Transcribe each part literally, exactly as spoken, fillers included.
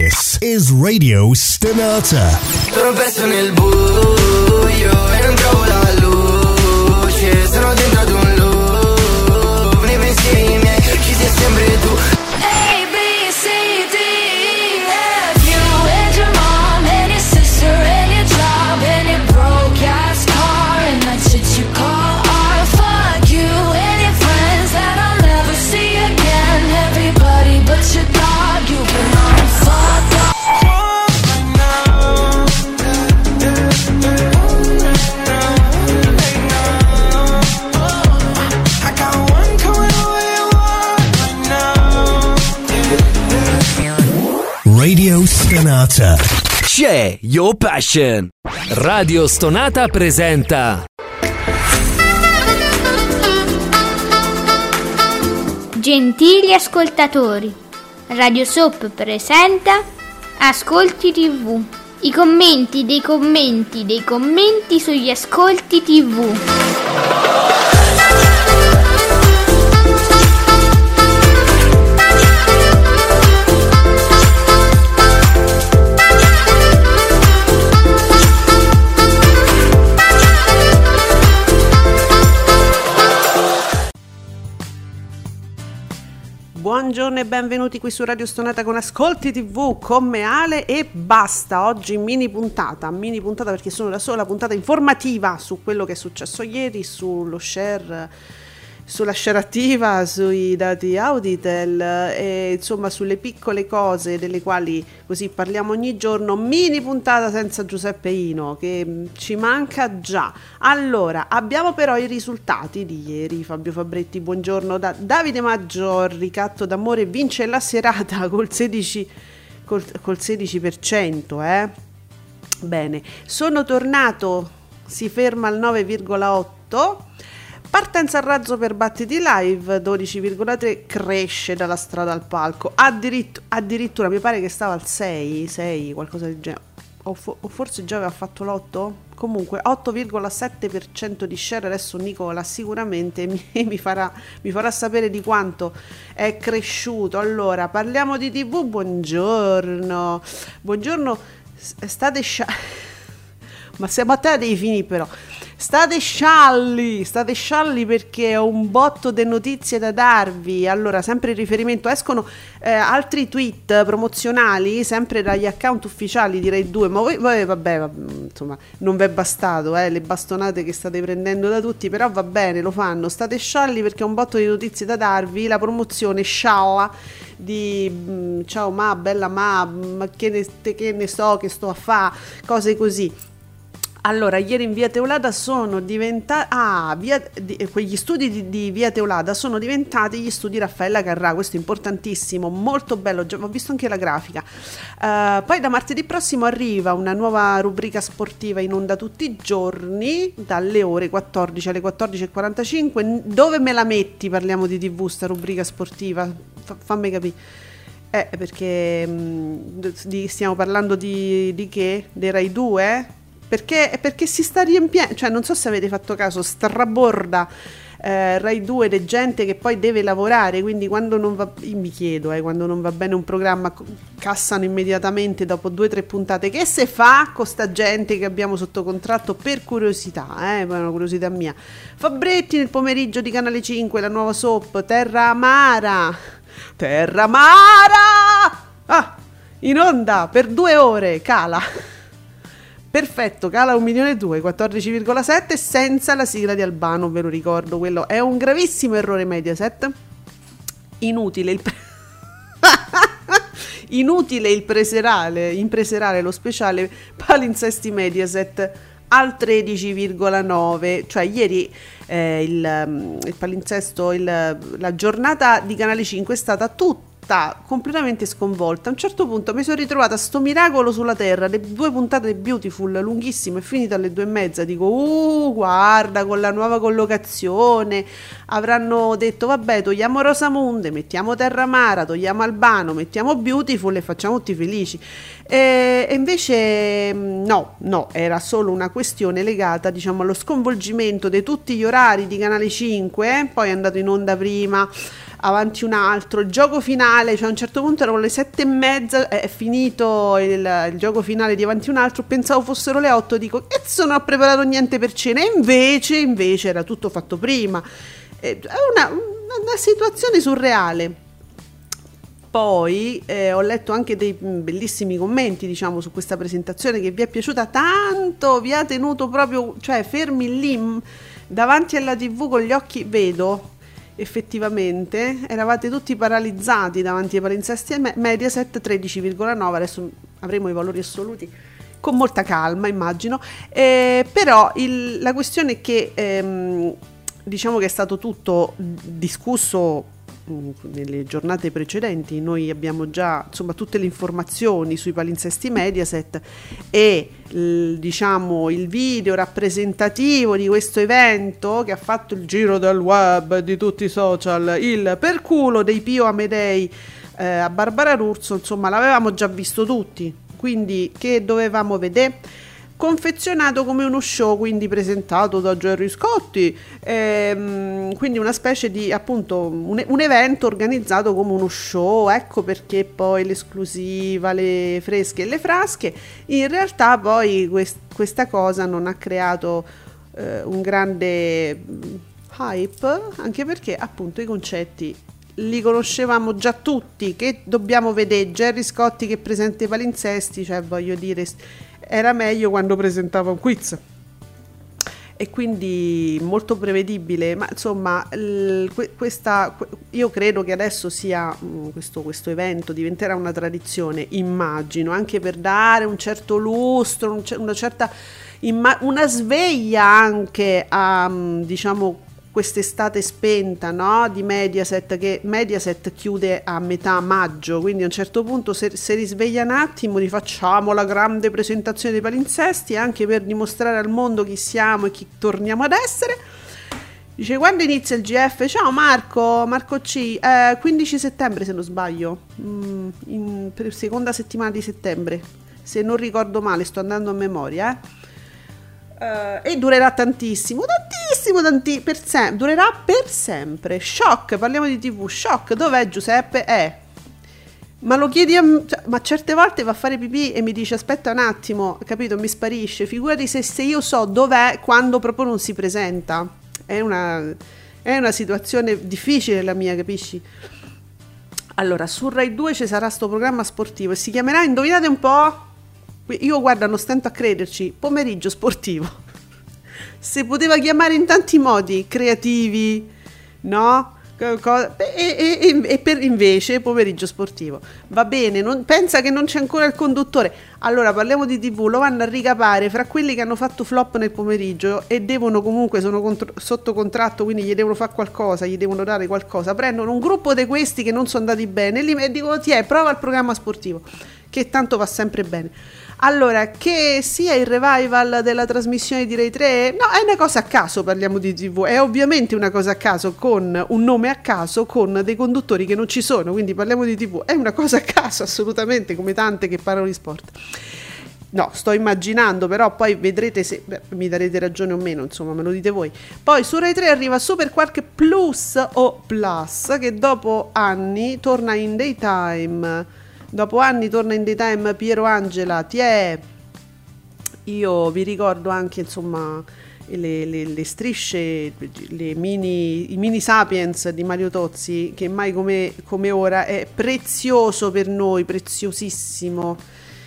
This is Radio Stenata. Sono perso nel buio e non trovo la luce. Sono dentro ad un loop, nei pensieri miei ci sei sempre tu. A, B, C, D, E, F. You and your mom and your sister and your job and your broke ass car and that shit you call art. Fuck you and your friends that I'll never see again. Everybody but your dog, you've been on fuck off. Radio Stenata. C'è Your Passion. Radio Stonata presenta Gentili ascoltatori, Radio Soap presenta Ascolti tivù. I commenti dei commenti dei commenti sugli ascolti tivù. Buongiorno e benvenuti qui su Radio Stonata con Ascolti tivù con me Ale e basta. Oggi mini puntata, mini puntata perché sono la sola puntata informativa su quello che è successo ieri, sullo share, sulla share attiva, sui dati Auditel e insomma sulle piccole cose delle quali così parliamo ogni giorno. Mini puntata senza Giuseppe Ino che ci manca già. Allora, abbiamo però i risultati di ieri. Fabio Fabretti, buongiorno. Da Davide Maggio, ricatto d'amore, vince la serata col sedici col, col sedici per cento, eh? Bene, sono tornato, si ferma al nove virgola otto. Partenza a razzo per Battiti Live, dodici virgola tre, cresce dalla strada al palco. Addirittura, addirittura mi pare che stava al sei, sei, qualcosa del genere. O, fo- o forse già aveva fatto l'otto? Comunque otto virgola sette per cento di share. Adesso Nicola sicuramente mi, mi, farà, mi farà sapere di quanto è cresciuto. Allora, parliamo di tivù. Buongiorno. Buongiorno, state scia... Ma siamo a te dei fini però. State scialli, state scialli perché ho un botto di notizie da darvi. Allora, sempre in riferimento, escono eh, altri tweet promozionali, sempre dagli account ufficiali di Rai due, ma voi, voi vabbè, vabbè, insomma, non vi è bastato, eh, le bastonate che state prendendo da tutti, però va bene, lo fanno. State scialli perché ho un botto di notizie da darvi, la promozione scialla di mh, ciao ma, bella ma, ma che ne, che ne so, che sto a fa, cose così. Allora, ieri in Via Teulada sono diventati, ah, via, di, quegli studi di, di Via Teulada sono diventati gli studi Raffaella Carrà, questo è importantissimo, molto bello, già, ho visto anche la grafica. Uh, poi da martedì prossimo arriva una nuova rubrica sportiva in onda tutti i giorni, dalle ore quattordici alle quattordici e quarantacinque. Dove me la metti? Parliamo di tivù, sta rubrica sportiva, F- fammi capire. Eh, perché mh, di, stiamo parlando di, di che? Dei Rai due? Perché, perché si sta riempiendo, cioè non so se avete fatto caso, straborda eh, Rai due di gente che poi deve lavorare, quindi quando non va, io mi chiedo, eh, quando non va bene un programma cassano immediatamente dopo due o tre puntate. Che se fa con sta gente che abbiamo sotto contratto per curiosità, eh, poi è una curiosità mia. Fabretti nel pomeriggio di Canale cinque, la nuova soap Terra Amara, Terra Amara, ah, in onda per due ore, cala. Perfetto, cala un milione e due, quattordici virgola sette senza la sigla di Albano, ve lo ricordo, quello è un gravissimo errore Mediaset. Inutile il pre- inutile il preserale, impreserale lo speciale palinsesti Mediaset al tredici virgola nove, cioè ieri eh, il, il palinsesto, il, la giornata di Canale cinque è stata tutta completamente sconvolta. A un certo punto mi sono ritrovata a sto miracolo sulla terra, le due puntate Beautiful lunghissime, è finita alle due e mezza, dico uh guarda, con la nuova collocazione avranno detto vabbè, togliamo Rosamunde, mettiamo Terramara, togliamo Albano, mettiamo Beautiful e facciamo tutti felici. E, e invece no, no, era solo una questione legata, diciamo, allo sconvolgimento di tutti gli orari di Canale cinque, poi è andato in onda prima avanti un altro, il gioco finale, cioè a un certo punto erano le sette e mezza, è finito il, il gioco finale di avanti un altro, pensavo fossero le otto, dico e non ho preparato niente per cena, e invece, invece era tutto fatto prima, è una, una situazione surreale. Poi eh, ho letto anche dei bellissimi commenti, diciamo, su questa presentazione, che vi è piaciuta tanto, vi ha tenuto proprio, cioè fermi lì m- davanti alla tivù con gli occhi, vedo effettivamente, eravate tutti paralizzati davanti ai palinsesti. Mediaset tredici virgola nove, adesso avremo i valori assoluti con molta calma, immagino, eh, però il, la questione è che ehm, diciamo che è stato tutto discusso nelle giornate precedenti. Noi abbiamo già, insomma, tutte le informazioni sui palinsesti Mediaset e l, diciamo il video rappresentativo di questo evento che ha fatto il giro del web, di tutti i social, il perculo dei Pio Amedei eh, a Barbara D'Urso, insomma l'avevamo già visto tutti, quindi che dovevamo vedere? Confezionato come uno show, quindi presentato da Gerry Scotti, ehm, quindi una specie di, appunto, un, un evento organizzato come uno show. Ecco perché poi l'esclusiva, le fresche e le frasche. In realtà poi quest, questa cosa non ha creato eh, un grande hype, anche perché appunto i concetti li conoscevamo già tutti. Che dobbiamo vedere Gerry Scotti che presenta i palinsesti, cioè voglio dire, era meglio quando presentava un quiz, e quindi molto prevedibile. Ma insomma l, questa, io credo che adesso sia questo, questo evento diventerà una tradizione, immagino, anche per dare un certo lustro, un, una certa imma, una sveglia anche a, diciamo, quest'estate spenta, no? Di Mediaset, che Mediaset chiude a metà maggio, quindi a un certo punto se, se risveglia un attimo, rifacciamo la grande presentazione dei palinsesti, anche per dimostrare al mondo chi siamo e chi torniamo ad essere. Dice: quando inizia il G F? Ciao Marco, Marco C, eh, quindici settembre se non sbaglio, mm, in, per seconda settimana di settembre, se non ricordo male, sto andando a memoria, eh. Uh, e durerà tantissimo, tantissimo, tanti, per sempre, durerà per sempre. Shock, parliamo di tivù. Shock, dov'è Giuseppe? Eh, ma lo chiedi a m- cioè, ma certe volte va a fare pipì e mi dice aspetta un attimo, capito, mi sparisce. Figurati se, se io so dov'è quando proprio non si presenta. È una, è una situazione difficile la mia, capisci? Allora, su Rai due ci sarà sto programma sportivo e si chiamerà, indovinate un po'? Io guarda, non stento a crederci, pomeriggio sportivo. Si poteva chiamare in tanti modi, creativi, no? E, e, e per invece pomeriggio sportivo. Va bene, non, pensa che non c'è ancora il conduttore. Allora parliamo di tivù, lo vanno a ricapare fra quelli che hanno fatto flop nel pomeriggio e devono comunque, sono contro, sotto contratto, quindi gli devono fare qualcosa, gli devono dare qualcosa. Prendono un gruppo di questi che non sono andati bene e dicono ti è, prova il programma sportivo, che tanto va sempre bene. Allora, che sia il revival della trasmissione di Rai tre, no, è una cosa a caso, parliamo di tivù, è ovviamente una cosa a caso, con un nome a caso, con dei conduttori che non ci sono, quindi parliamo di tivù, è una cosa a caso, assolutamente, come tante che parlano di sport. No, sto immaginando, però poi vedrete se beh, mi darete ragione o meno, insomma, me lo dite voi. Poi su Rai tre arriva Super Quark Plus o Plus, che dopo anni torna in daytime. Dopo anni torna in daytime Piero Angela, ti è. Io vi ricordo anche, insomma, le, le, le strisce, le mini, i mini Sapiens di Mario Tozzi, che mai come, come ora è prezioso per noi, preziosissimo.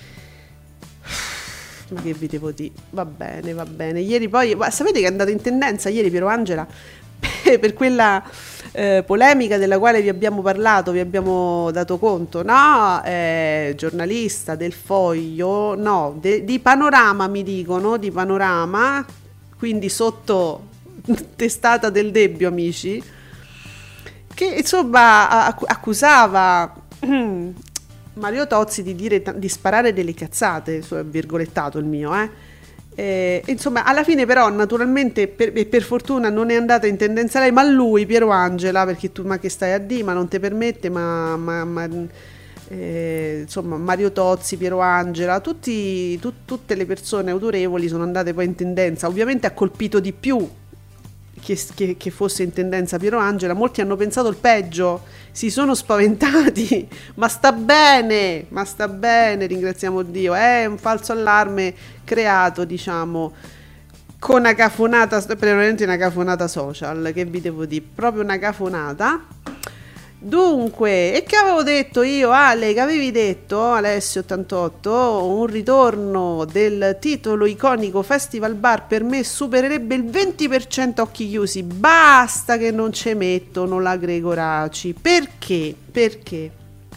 Ma che vi devo dire? Va bene, va bene. Ieri poi, sapete che è andata in tendenza ieri Piero Angela per quella eh, polemica della quale vi abbiamo parlato, vi abbiamo dato conto, no? Eh, giornalista del Foglio, no, de, di Panorama mi dicono, di Panorama, quindi sotto testata del Debbio, amici, che insomma accusava Mario Tozzi di dire, di sparare delle cazzate, virgolettato il mio, eh. Eh, insomma, alla fine però naturalmente per, per fortuna non è andata in tendenza lei, ma lui, Piero Angela, perché tu ma che stai a D, ma non te permette, ma, ma, ma eh, insomma Mario Tozzi, Piero Angela, tutti, tu, tutte le persone autorevoli sono andate poi in tendenza. Ovviamente ha colpito di più che, che, che fosse in tendenza Piero Angela, molti hanno pensato il peggio, si sono spaventati, ma sta bene, ma sta bene, ringraziamo Dio, è un falso allarme creato, diciamo, con una cafonata, veramente una cafonata social, che vi devo dire, proprio una cafonata. Dunque, e che avevo detto io, Ale, che avevi detto, Alessio ottantotto, un ritorno del titolo iconico Festival Bar per me supererebbe il venti per cento occhi chiusi, basta che non ci mettono la Gregoraci. Perché? Perché?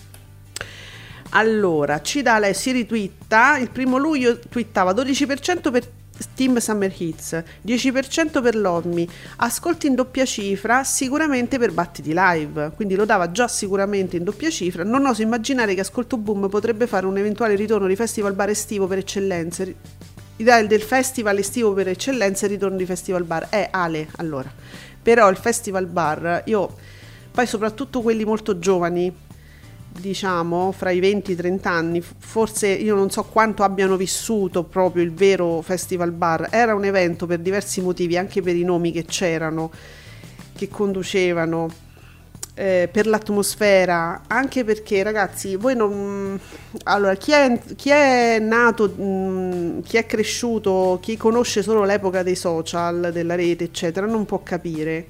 Allora, ci dà Alessio, ritwitta, il primo luglio twittava dodici per cento per Team Summer Hits, dieci per cento per l'Ommi, ascolti in doppia cifra sicuramente per Battiti Live, quindi lo dava già sicuramente in doppia cifra. Non oso immaginare che Ascolto Boom potrebbe fare un eventuale ritorno di Festival Bar estivo per eccellenza, idea del festival estivo per eccellenza e ritorno di Festival Bar. Eh Ale, allora, però il Festival Bar, io poi soprattutto quelli molto giovani, diciamo fra i venti e i trenta anni, forse io non so quanto abbiano vissuto proprio il vero Festival Bar. Era un evento per diversi motivi, anche per i nomi che c'erano, che conducevano, eh, per l'atmosfera, anche perché ragazzi, voi non, allora chi è, chi è nato, mh, chi è cresciuto, chi conosce solo l'epoca dei social, della rete eccetera, non può capire.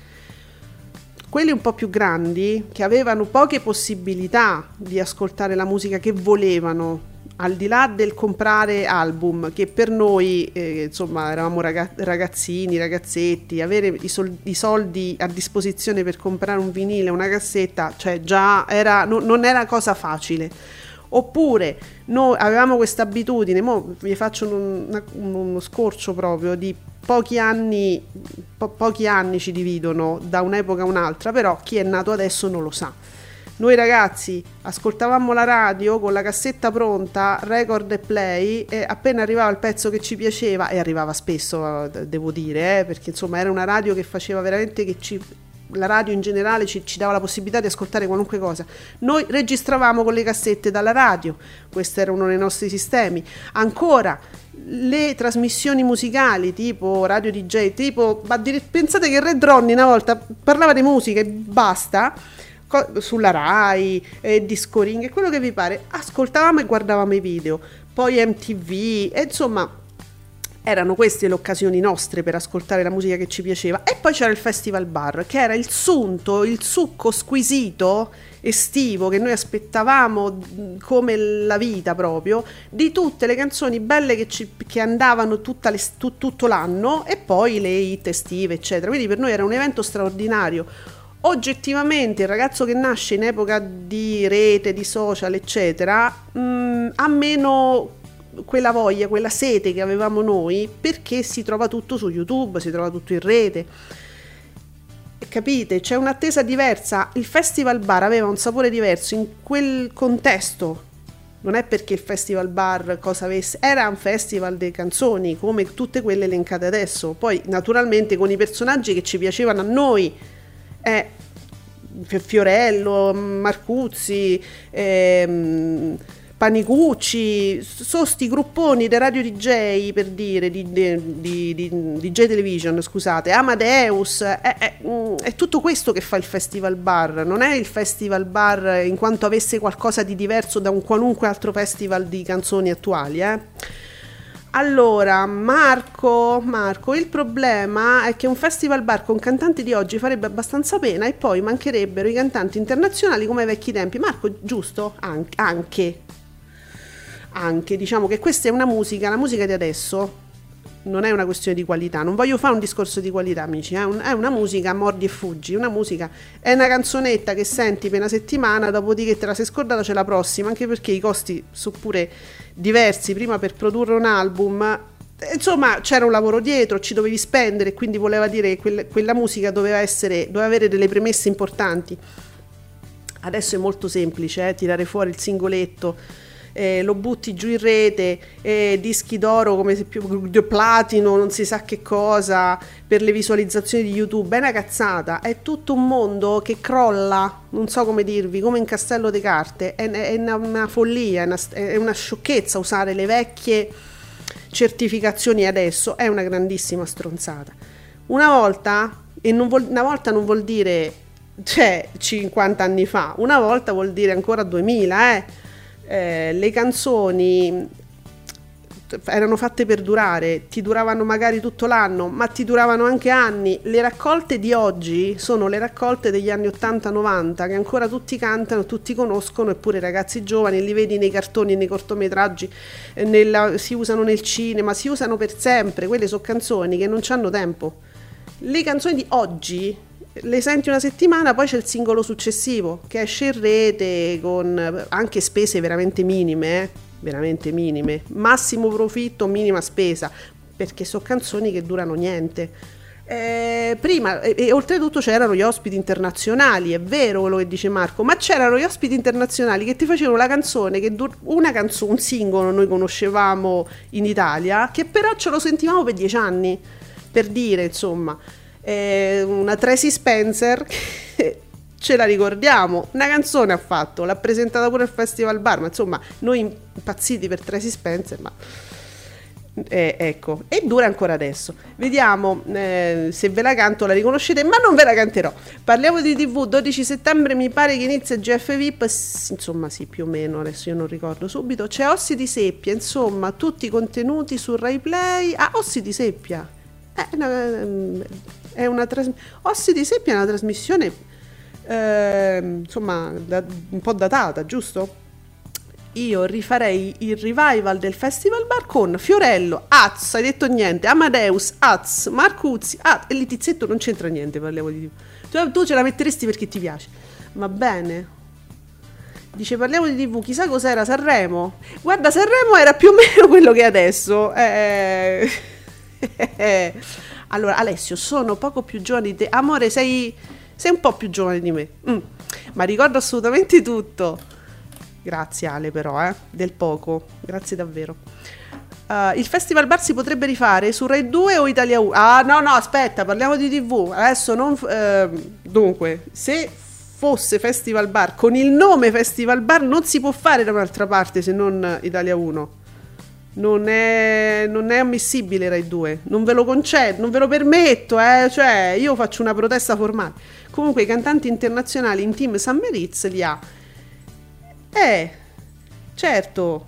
Quelli un po' più grandi, che avevano poche possibilità di ascoltare la musica che volevano, al di là del comprare album, che per noi, eh, insomma, eravamo ragazzini, ragazzetti, avere i, sol- i soldi a disposizione per comprare un vinile, una cassetta, cioè già era, no, non era cosa facile. Oppure noi avevamo questa abitudine, mo vi faccio un, un, uno scorcio proprio di pochi anni, po- pochi anni ci dividono da un'epoca a un'altra, però chi è nato adesso non lo sa. Noi ragazzi ascoltavamo la radio con la cassetta pronta, record e play, e appena arrivava il pezzo che ci piaceva, e arrivava spesso, devo dire, eh, perché insomma era una radio che faceva veramente che ci... la radio in generale ci, ci dava la possibilità di ascoltare qualunque cosa. Noi registravamo con le cassette dalla radio, questo era uno dei nostri sistemi. Ancora le trasmissioni musicali tipo Radio D J, tipo, ma pensate che Red Ronnie una volta parlava di musica e basta, co- sulla Rai, eh, Disco Ring e quello che vi pare, ascoltavamo e guardavamo i video, poi M T V, e insomma erano queste le occasioni nostre per ascoltare la musica che ci piaceva. E poi c'era il Festival Bar, che era il sunto, il succo squisito estivo che noi aspettavamo come la vita proprio, di tutte le canzoni belle che, ci, che andavano tutta le, tu, tutto l'anno, e poi le hit estive eccetera. Quindi per noi era un evento straordinario. Oggettivamente il ragazzo che nasce in epoca di rete, di social eccetera, mh, ha meno quella voglia, quella sete che avevamo noi, perché si trova tutto su YouTube, si trova tutto in rete, capite? C'è un'attesa diversa. Il Festival Bar aveva un sapore diverso in quel contesto, non è perché il Festival Bar cosa avesse, era un festival di canzoni come tutte quelle elencate adesso, poi naturalmente con i personaggi che ci piacevano a noi, eh, Fiorello, Marcuzzi, ehm, Panicucci, sono sti grupponi dei radio D J, per dire, di, di, di, di D J Television, scusate, Amadeus, è, è, è tutto questo che fa il Festival Bar, non è il Festival Bar in quanto avesse qualcosa di diverso da un qualunque altro festival di canzoni attuali, eh. Allora, Marco, Marco, il problema è che un Festival Bar con cantanti di oggi farebbe abbastanza pena, e poi mancherebbero i cantanti internazionali come ai vecchi tempi. Marco, giusto? An- anche. Anche, diciamo che questa è una musica, la musica di adesso non è una questione di qualità, non voglio fare un discorso di qualità, amici, è, un, è una musica mordi e fuggi, una musica, è una canzonetta che senti per una settimana, dopodiché te la sei scordata, c'è la prossima, anche perché i costi sono pure diversi. Prima per produrre un album, insomma, c'era un lavoro dietro, ci dovevi spendere, quindi voleva dire che quella, quella musica doveva essere, doveva avere delle premesse importanti. Adesso è molto semplice, eh, tirare fuori il singoletto, Eh, lo butti giù in rete, eh, dischi d'oro come se più platino, non si sa che cosa, per le visualizzazioni di YouTube. È una cazzata, è tutto un mondo che crolla, non so come dirvi, come in castello di carte. È, è una, una follia, è una, è una sciocchezza usare le vecchie certificazioni adesso, è una grandissima stronzata. Una volta E non vuol, una volta non vuol dire, cioè, cinquanta anni fa, una volta vuol dire ancora duemila, eh. Eh, le canzoni erano fatte per durare, ti duravano magari tutto l'anno, ma ti duravano anche anni. Le raccolte di oggi sono le raccolte degli anni ottanta novanta che ancora tutti cantano, tutti conoscono, eppure i ragazzi giovani li vedi nei cartoni, nei cortometraggi, nella, si usano nel cinema, si usano per sempre. Quelle sono canzoni che non c'hanno tempo. Le canzoni di oggi le senti una settimana, poi c'è il singolo successivo che esce in rete con anche spese veramente minime, eh? veramente minime, massimo profitto, minima spesa, perché sono canzoni che durano niente. Eh, prima e, e oltretutto c'erano gli ospiti internazionali, è vero quello che dice Marco, ma c'erano gli ospiti internazionali che ti facevano la canzone, che dur- una canzone, un singolo noi conoscevamo in Italia, che però ce lo sentivamo per dieci anni, per dire, insomma, eh, una Tracy Spencer ce la ricordiamo, una canzone ha fatto, l'ha presentata pure al Festival Bar, ma insomma noi impazziti per Tracy Spencer, ma eh, ecco, e dura ancora adesso. Vediamo eh, se ve la canto, la riconoscete, ma non ve la canterò. Parliamo di tivù, dodici settembre mi pare che inizia G F V I P, S- insomma sì, più o meno, adesso io non ricordo subito. C'è Ossi di Seppia, insomma tutti i contenuti su Rai Play. Ah, Ossi di Seppia è una, è una tras- Ossi di Seppia è una trasmissione Eh, insomma da, un po' datata, giusto? Io rifarei il revival del Festival Bar con Fiorello, Az, hai detto niente, Amadeus, Az, Marcuzzi, Az, e Litizetto non c'entra niente, parliamo di tu, tu ce la metteresti perché ti piace, va bene. Dice parliamo di tivù, chissà cos'era Sanremo. Guarda, Sanremo era più o meno quello che è adesso. eh... Allora Alessio, sono poco più giovane di te, amore, sei Sei un po' più giovane di me, mm. ma ricordo assolutamente tutto. Grazie Ale, però, eh, del poco, grazie davvero. Uh, il Festival Bar si potrebbe rifare su Rai due o Italia uno? Ah, no, no, aspetta, parliamo di tivù. Adesso non... Uh, dunque, se fosse Festival Bar, con il nome Festival Bar, non si può fare da un'altra parte se non Italia uno. Non è, non è ammissibile Rai due, non ve lo concedo, non ve lo permetto, eh? Cioè io faccio una protesta formale. Comunque i cantanti internazionali in team Summer Hits li ha. Eh, certo,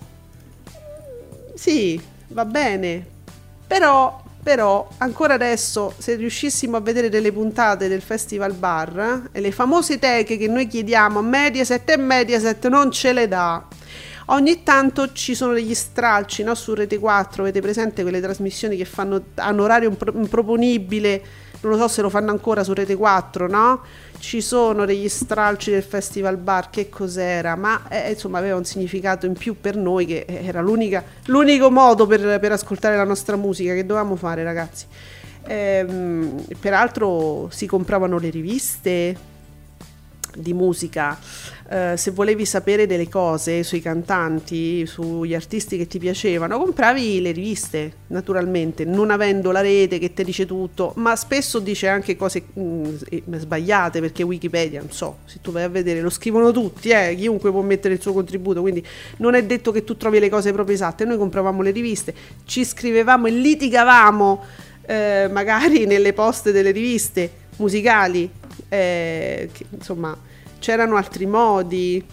sì, va bene, però, però ancora adesso se riuscissimo a vedere delle puntate del Festival Bar e eh, le famose teche che noi chiediamo a Mediaset e Mediaset non ce le dà. Ogni tanto ci sono degli stralci, no? Su Rete quattro avete presente quelle trasmissioni che fanno hanno orario impro- improponibile, non lo so se lo fanno ancora su Rete quattro, no? Ci sono degli stralci del Festival Bar, che cos'era? Ma eh, insomma aveva un significato in più per noi, che era l'unica, l'unico modo per, per ascoltare la nostra musica, che dovevamo fare, ragazzi. Ehm, peraltro si compravano le riviste di musica, uh, se volevi sapere delle cose sui cantanti, sugli artisti che ti piacevano, compravi le riviste, naturalmente, non avendo la rete che ti dice tutto, ma spesso dice anche cose mh, sbagliate, perché Wikipedia, non so, se tu vai a vedere, lo scrivono tutti, eh, chiunque può mettere il suo contributo, quindi non è detto che tu trovi le cose proprio esatte. Noi compravamo le riviste, ci scrivevamo e litigavamo eh, magari nelle poste delle riviste musicali. Eh, che, insomma c'erano altri modi.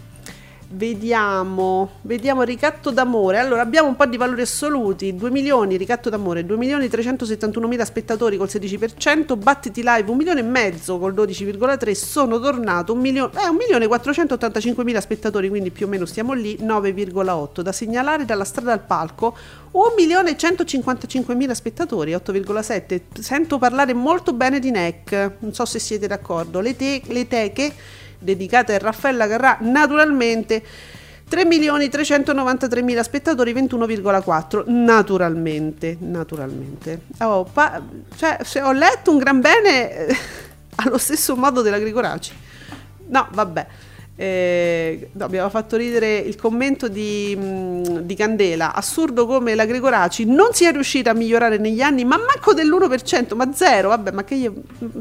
Vediamo, vediamo ricatto d'amore. Allora abbiamo un po' di valori assoluti: due milioni ricatto d'amore, due milioni trecentosettantunomila spettatori col sedici per cento, battiti live un milione e mezzo col dodici virgola tre, sono tornato un milione, eh, un milione quattrocentottantacinquemila spettatori, quindi più o meno stiamo lì, nove virgola otto. Da segnalare dalla strada al palco un milione centocinquantacinquemila spettatori, otto virgola sette. Sento parlare molto bene di N E C, non so se siete d'accordo. Le, te- le teche dedicate a Raffaella Carrà, naturalmente, tre milioni trecentonovantatremila spettatori, ventuno virgola quattro, naturalmente, naturalmente. Oh, pa- cioè, se ho letto un gran bene eh, allo stesso modo della Gregoraci. No, vabbè. Eh, no, abbiamo fatto ridere il commento di, mh, di Candela. Assurdo come la Gregoraci non sia riuscita a migliorare negli anni, ma manco dell'uno per cento, ma zero, vabbè, ma che io...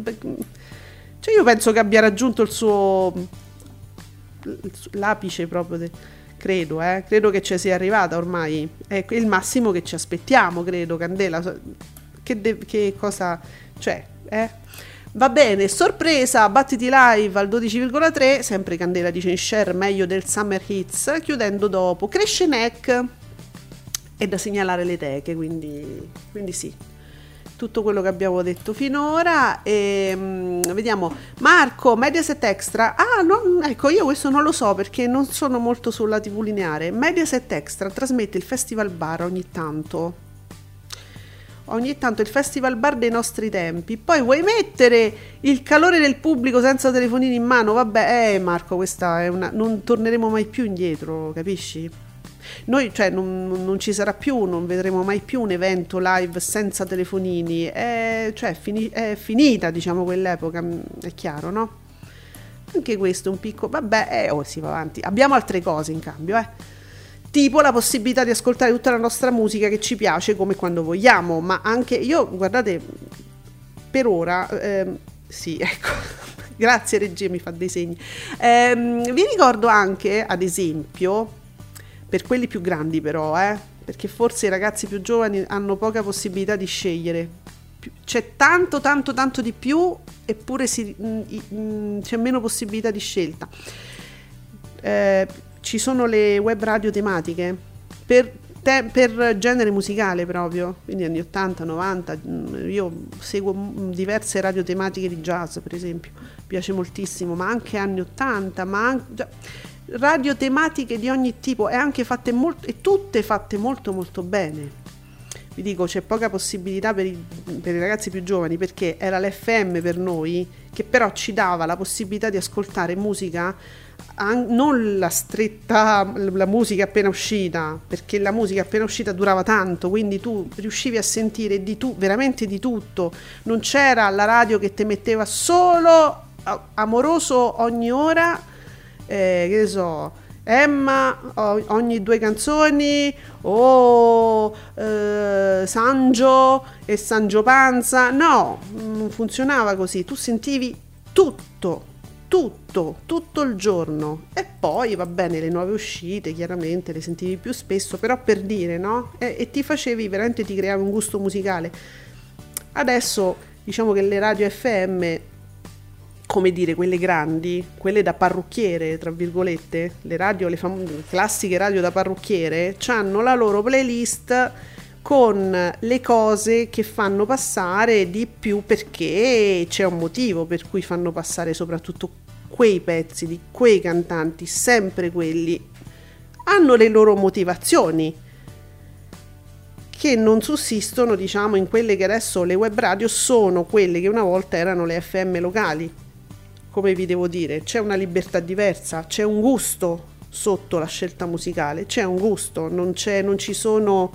Cioè io penso che abbia raggiunto il suo l'apice proprio, de, credo, eh, credo che ci sia arrivata ormai, è il massimo che ci aspettiamo, credo, Candela, che, de, che cosa, cioè, eh? Va bene, sorpresa, battiti live al dodici virgola tre, sempre Candela dice in share meglio del Summer Hits, chiudendo dopo Cresce Neck e da segnalare le teche, quindi, quindi sì, tutto quello che abbiamo detto finora. E um, vediamo, Marco, Mediaset Extra, ah no, ecco, io questo non lo so perché non sono molto sulla tivù lineare. Mediaset Extra trasmette il Festival Bar ogni tanto. Ogni tanto il Festival Bar dei nostri tempi. Poi vuoi mettere il calore del pubblico senza telefonini in mano? Vabbè, eh Marco, questa è una... non torneremo mai più indietro, capisci? Noi, cioè, non, non ci sarà più, non vedremo mai più un evento live senza telefonini. È, cioè, fini... è finita, diciamo, quell'epoca, è chiaro, no? Anche questo è un piccolo... Vabbè, eh, oh, si va avanti. Abbiamo altre cose in cambio, eh. Tipo la possibilità di ascoltare tutta la nostra musica che ci piace come quando vogliamo, ma anche io, guardate, per ora, ehm, sì, ecco, grazie regia, mi fa dei segni. Ehm, vi ricordo anche, ad esempio, per quelli più grandi però, eh, perché forse i ragazzi più giovani hanno poca possibilità di scegliere, c'è tanto, tanto, tanto di più, eppure si, mh, mh, c'è meno possibilità di scelta. Eh, Ci sono le web radio tematiche per, te, per genere musicale proprio, quindi anni ottanta, novanta. Io seguo diverse radio tematiche di jazz, per esempio, mi piace moltissimo, ma anche anni ottanta, ma anche, radio tematiche di ogni tipo, e anche fatte molto, e tutte fatte molto molto bene. Vi dico, c'è poca possibilità per i, per i ragazzi più giovani, perché era l'F M per noi, che però ci dava la possibilità di ascoltare musica, non la stretta, la musica appena uscita, perché la musica appena uscita durava tanto, quindi tu riuscivi a sentire di tu, veramente di tutto. Non c'era la radio che ti metteva solo Amoroso ogni ora, eh, che ne so, Emma ogni due canzoni, o eh, Sangio e Sangio Panza. No, non funzionava così, tu sentivi tutto, tutto, tutto il giorno. E poi va bene, le nuove uscite chiaramente le sentivi più spesso, però per dire, no? E, e ti facevi, veramente ti creavi un gusto musicale. Adesso diciamo che le radio F M, come dire, quelle grandi, quelle da parrucchiere, tra virgolette, le radio, le fam- classiche radio da parrucchiere, hanno la loro playlist con le cose che fanno passare di più, perché c'è un motivo per cui fanno passare soprattutto quei pezzi di quei cantanti, sempre quelli. Hanno le loro motivazioni che non sussistono, diciamo, in quelle che adesso le web radio sono, quelle che una volta erano le F M locali. Come vi devo dire, c'è una libertà diversa, c'è un gusto sotto la scelta musicale, c'è un gusto, non c'è, non ci sono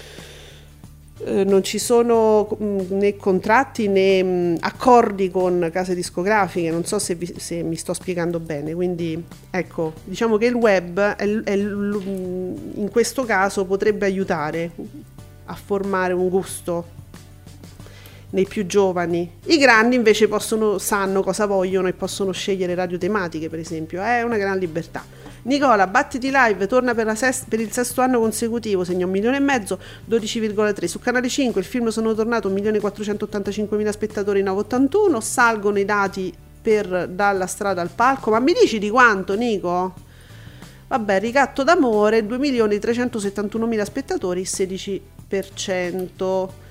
eh, non ci sono mh, né contratti né mh, accordi con case discografiche. Non so se, vi, se mi sto spiegando bene, quindi ecco, diciamo che il web è, è, in questo caso potrebbe aiutare a formare un gusto nei più giovani. I grandi invece possono, sanno cosa vogliono e possono scegliere radio tematiche, per esempio. È una gran libertà. Nicola, Battiti Live torna per, la sest- per il sesto anno consecutivo, segna un milione e mezzo, dodici virgola tre. Su Canale cinque il film Sono tornato, un milione quattrocentottantacinquemila spettatori, nove virgola ottantuno. Salgono i dati per Dalla strada al palco. Ma mi dici di quanto, Nico? Vabbè, Ricatto d'amore, due milioni trecentosettantunomila spettatori, sedici per cento.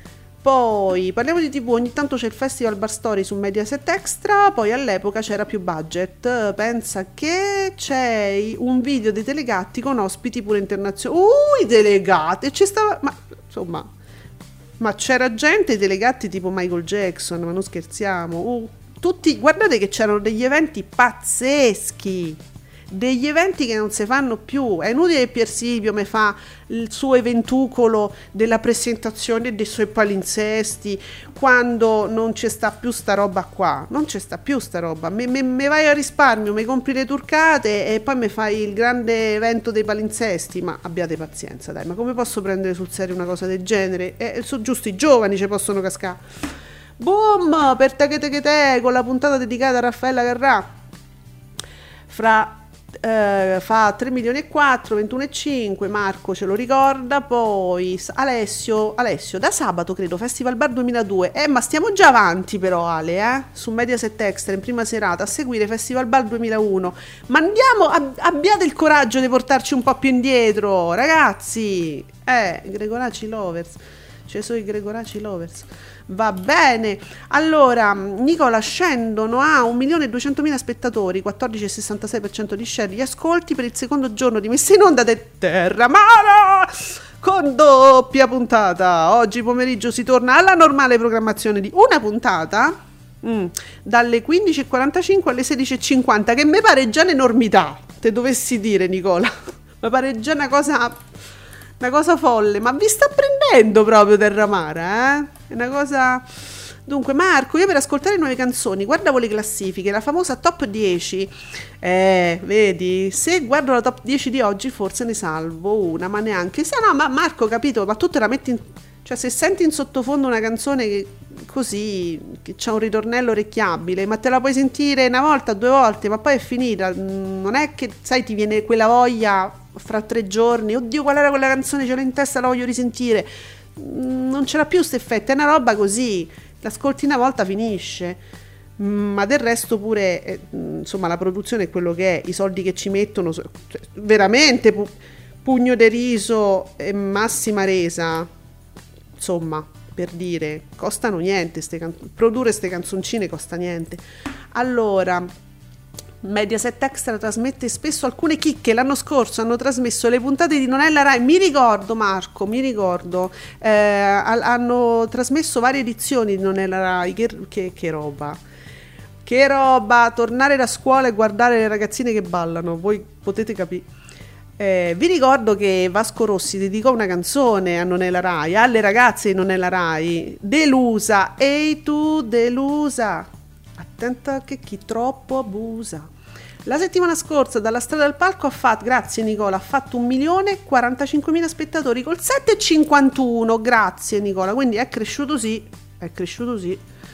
Poi parliamo di tivù, ogni tanto c'è il Festival Bar Story su Mediaset Extra, poi all'epoca c'era più budget, pensa che c'è un video dei Telegatti con ospiti pure internazionali. Uh, i Telegatti, ci stava, ma insomma, ma c'era gente, i Telegatti tipo Michael Jackson, ma non scherziamo, uh, tutti, guardate che c'erano degli eventi pazzeschi, degli eventi che non si fanno più. È inutile che Pier Silvio mi fa il suo eventucolo della presentazione dei suoi palinsesti quando non c'è sta più sta roba qua, non c'è sta più sta roba. Me, me, me vai a risparmio, mi compri le turcate e poi mi fai il grande evento dei palinsesti. Ma abbiate pazienza, dai, ma come posso prendere sul serio una cosa del genere? Eh, sono giusto i giovani ci possono cascare. Boom, per te che te che te, con la puntata dedicata a Raffaella Carrà. Fra eh, fa tre milioni e quattro, ventuno e cinque, Marco ce lo ricorda, poi Alessio, Alessio da sabato credo, Festival Bar duemiladue, eh ma stiamo già avanti però Ale, eh, su Mediaset Extra in prima serata, a seguire Festival Bar duemilauno, ma andiamo, ab- abbiate il coraggio di portarci un po' più indietro, ragazzi, eh, Gregoraci Lovers, ci sono i Gregoraci Lovers. Va bene, allora Nicola scendono a un milione e duecentomila spettatori, quattordici virgola sessantasei per cento di share gli ascolti per il secondo giorno di messa in onda del Terramara con doppia puntata. Oggi pomeriggio si torna alla normale programmazione di una puntata mm, dalle quindici e quarantacinque alle sedici e cinquanta, che mi pare già un'enormità, te dovessi dire Nicola, mi pare già una cosa... Una cosa folle, ma vi sta prendendo proprio Terramara, eh? È una cosa... Dunque, Marco, io per ascoltare nuove canzoni guardavo le classifiche, la famosa top dieci. Eh, vedi, se guardo la top dieci di oggi forse ne salvo una, ma neanche... Se no, ma Marco, capito, ma tu te la metti in... Cioè, se senti in sottofondo una canzone che così, che c'ha un ritornello orecchiabile, ma te la puoi sentire una volta, due volte, ma poi è finita. Non è che, sai, ti viene quella voglia... fra tre giorni, oddio qual era quella canzone, ce l'ho in testa, la voglio risentire, non ce l'ha più questo effetto, è una roba così, l'ascolti una volta, finisce, ma del resto pure eh, insomma la produzione è quello che è, i soldi che ci mettono, cioè, veramente pu- pugno de riso e massima resa, insomma, per dire, costano niente ste can- produrre ste canzoncine costa niente. Allora Mediaset Extra trasmette spesso alcune chicche. L'anno scorso hanno trasmesso le puntate di Nonella Rai, mi ricordo Marco, mi ricordo eh, hanno trasmesso varie edizioni di Nonella Rai, che, che, che roba che roba, tornare da scuola e guardare le ragazzine che ballano, voi potete capire. Eh, vi ricordo che Vasco Rossi dedicò una canzone a Nonella Rai, alle ragazze di Nonella Rai, Delusa, ehi tu delusa, attenta che chi troppo abusa. La settimana scorsa dalla strada al palco ha fatto, grazie Nicola, ha fatto un milione e quarantacinquemila spettatori col sette virgola cinquantuno, grazie Nicola, quindi è cresciuto sì, è cresciuto sì.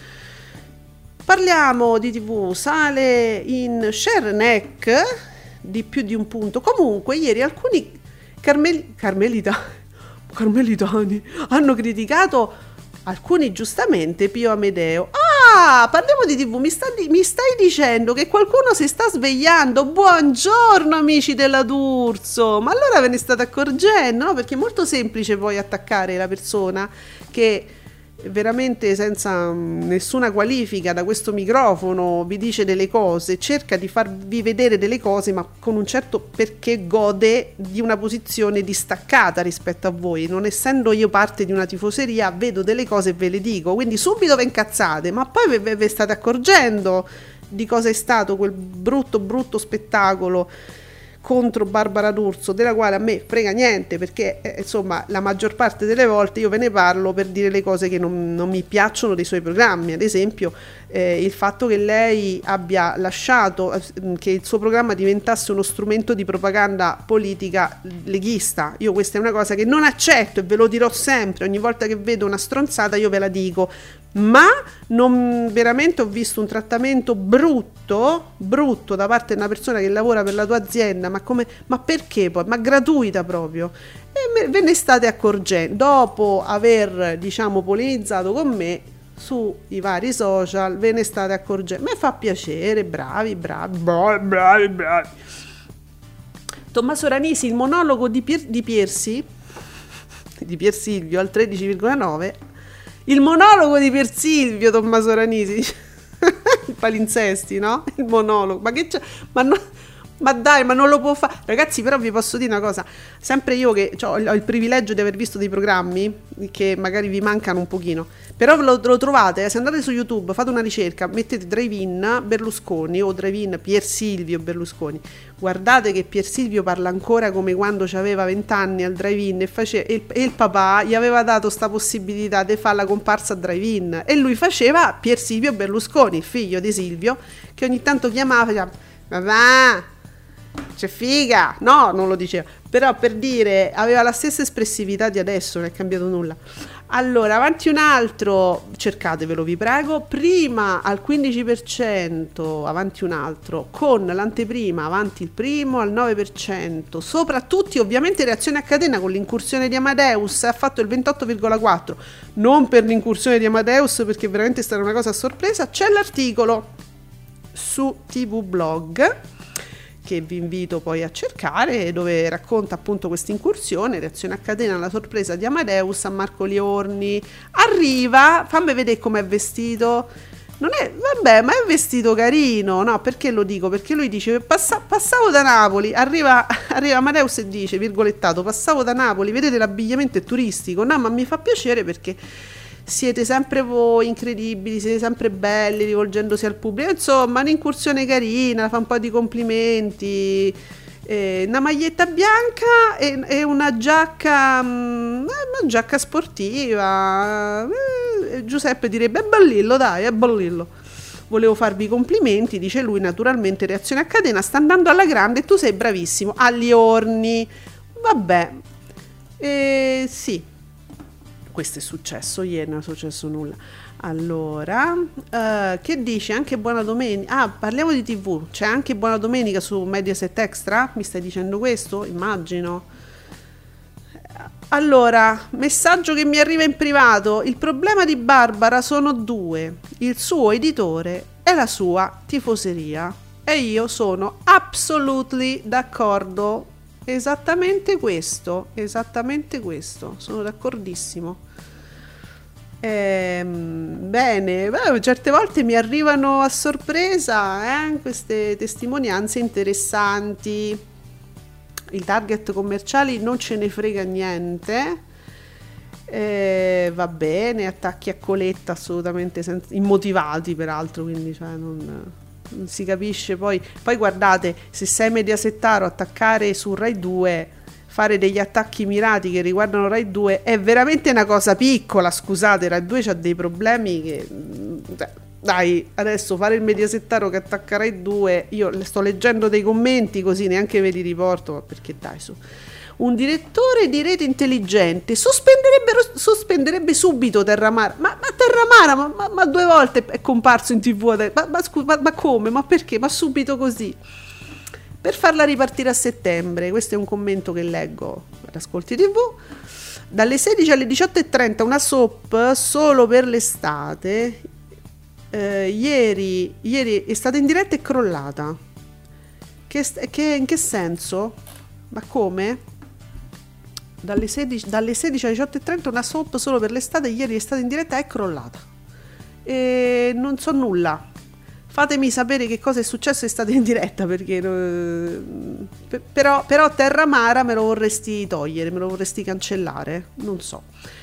Parliamo di tivù, sale in share neck di più di un punto. Comunque ieri alcuni carmel- carmelita- carmelitani hanno criticato, alcuni giustamente, Pio Amedeo. Ah, parliamo di tivù, mi, sta di- mi stai dicendo che qualcuno si sta svegliando? Buongiorno amici della D'Urso, ma allora ve ne state accorgendo, no? Perché è molto semplice poi attaccare la persona che veramente senza nessuna qualifica da questo microfono vi dice delle cose, cerca di farvi vedere delle cose ma con un certo perché gode di una posizione distaccata rispetto a voi, non essendo io parte di una tifoseria vedo delle cose e ve le dico, quindi subito vi incazzate, ma poi ve, ve state accorgendo di cosa è stato quel brutto brutto spettacolo contro Barbara D'Urso, della quale a me frega niente, perché eh, insomma la maggior parte delle volte io ve ne parlo per dire le cose che non, non mi piacciono dei suoi programmi, ad esempio eh, il fatto che lei abbia lasciato eh, che il suo programma diventasse uno strumento di propaganda politica leghista. Io questa è una cosa che non accetto e ve lo dirò sempre, ogni volta che vedo una stronzata io ve la dico, ma non veramente ho visto un trattamento brutto brutto da parte di una persona che lavora per la tua azienda, ma come, ma perché poi, ma gratuita proprio, e me, ve ne state accorgendo dopo aver diciamo polemizzato con me sui vari social, ve ne state accorgendo, mi fa piacere, bravi bravi bravi bravi bravi. Tommaso Ranisi, il monologo di, Pier, di Piersi di Pier Silvio al tredici virgola nove. Il monologo di Pier Silvio, Tommaso Ranisi, il palinsesti, no? Il monologo, ma che c'è? Ma, no, ma dai, ma non lo può fare. Ragazzi, però vi posso dire una cosa, sempre io che ho il privilegio di aver visto dei programmi che magari vi mancano un pochino, però lo, lo trovate, se andate su YouTube, fate una ricerca, mettete Drive-In Berlusconi o Drive-In Pier Silvio Berlusconi, guardate che Pier Silvio parla ancora come quando aveva vent'anni al Drive-In e, face, e, il, e il papà gli aveva dato sta possibilità di fare la comparsa a Drive-In e lui faceva Pier Silvio Berlusconi, il figlio di Silvio, che ogni tanto chiamava, faceva, papà, c'è figa, no, non lo diceva, però per dire, aveva la stessa espressività di adesso, non è cambiato nulla. Allora, avanti un altro, cercatevelo vi prego, prima al quindici per cento, avanti un altro, con l'anteprima, avanti il primo al nove per cento, soprattutto ovviamente reazione a catena con l'incursione di Amadeus, ha fatto il ventotto virgola quattro, non per l'incursione di Amadeus perché veramente è stata una cosa a sorpresa, c'è l'articolo su T V Blog, che vi invito poi a cercare, dove racconta appunto questa incursione, reazione a catena alla sorpresa di Amadeus a Marco Liorni. Arriva, fammi vedere com'è vestito. Non è, vabbè, ma è vestito carino, no? Perché lo dico? Perché lui dice, passa, passavo da Napoli, arriva, arriva Amadeus e dice, virgolettato, passavo da Napoli, vedete l'abbigliamento è turistico, no, ma mi fa piacere perché siete sempre voi incredibili, siete sempre belli rivolgendosi al pubblico, insomma un'incursione carina, fa un po' di complimenti, eh, una maglietta bianca e, e una giacca mh, una giacca sportiva, eh, Giuseppe direbbe è bellillo, dai, è bellillo, volevo farvi i complimenti, dice lui, naturalmente reazione a catena, sta andando alla grande e tu sei bravissimo, a Liorni, vabbè, eh, sì. Questo è successo ieri, non è successo nulla. Allora, uh, che dici? Anche buona domenica. Ah, parliamo di tivù. C'è anche buona domenica su Mediaset Extra? Mi stai dicendo questo? Immagino. Allora, messaggio che mi arriva in privato. Il problema di Barbara sono due: il suo editore e la sua tifoseria. E io sono assolutely d'accordo. Esattamente questo, esattamente questo. Sono d'accordissimo. Ehm, bene, beh, certe volte mi arrivano a sorpresa eh, queste testimonianze interessanti. I target commerciali non ce ne frega niente. Eh, va bene, attacchi a coletta assolutamente senza, immotivati peraltro, quindi cioè non... non si capisce poi poi guardate, se sei mediasettaro, attaccare su Rai due, fare degli attacchi mirati che riguardano Rai due è veramente una cosa piccola, scusate, Rai due c'ha dei problemi che dai, adesso fare il mediasettaro che attacca Rai due, io le sto leggendo dei commenti così neanche ve li riporto, ma perché dai su, un direttore di rete intelligente sospenderebbe, sospenderebbe subito Terramara, ma, ma Terramara ma, ma, ma due volte è comparso in tv, ma, ma, ma, ma come, ma perché, ma subito così, per farla ripartire a settembre. Questo è un commento che leggo per Ascolti tivù. Dalle sedici alle diciotto e trenta una soap solo per l'estate, eh, ieri, ieri è stata in diretta e crollata. Che, che, in che senso? Ma come? Dalle sedici, dalle sedici alle diciotto e trenta una soap solo per l'estate, ieri è stata in diretta e è crollata. E non so nulla. Fatemi sapere che cosa è successo e state in diretta, perché eh, però, però Terramara me lo vorresti togliere, me lo vorresti cancellare, non so.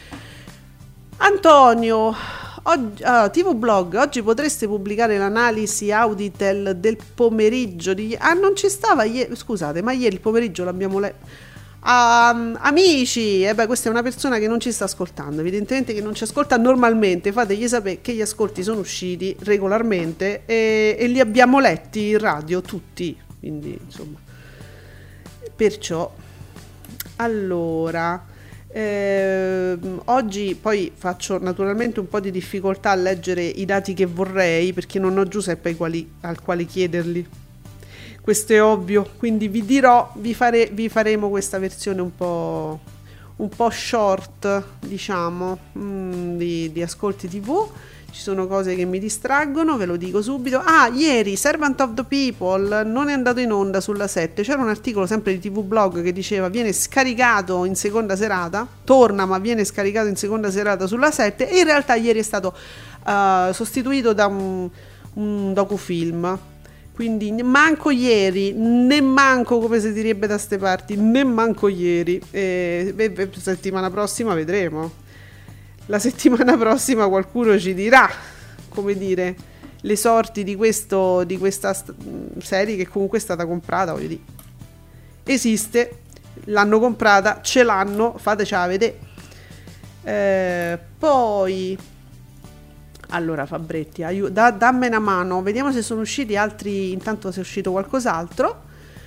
Antonio, oggi, uh, T V Blog, oggi potreste pubblicare l'analisi Auditel del pomeriggio di... Ah, non ci stava ieri, scusate, ma ieri il pomeriggio l'abbiamo letto. Uh, amici, eh beh, questa è una persona che non ci sta ascoltando, evidentemente che non ci ascolta normalmente, fategli sapere che gli ascolti sono usciti regolarmente e, e li abbiamo letti in radio tutti, quindi insomma, perciò allora eh, oggi poi faccio naturalmente un po' di difficoltà a leggere i dati che vorrei perché non ho Giuseppe ai quali, al quale chiederli. Questo è ovvio, quindi vi dirò, vi, fare, vi faremo questa versione un po', un po' short, diciamo, mh, di, di Ascolti tivù. Ci sono cose che mi distraggono, ve lo dico subito. Ah, ieri Servant of the People non è andato in onda sulla sette. C'era un articolo sempre di T V Blog che diceva viene scaricato in seconda serata, torna ma viene scaricato in seconda serata sulla sette, e in realtà ieri è stato uh, sostituito da un, un docufilm. Quindi manco ieri, né manco, come si direbbe da ste parti, né manco ieri. E, e, settimana prossima vedremo. La settimana prossima qualcuno ci dirà, come dire, le sorti di, questo, di questa st- serie che comunque è stata comprata, voglio dire. Esiste, l'hanno comprata, ce l'hanno, fatecela vedere. Eh, poi... Allora Fabretti, aiu- da, dammi una mano, vediamo se sono usciti altri, intanto se è uscito qualcos'altro.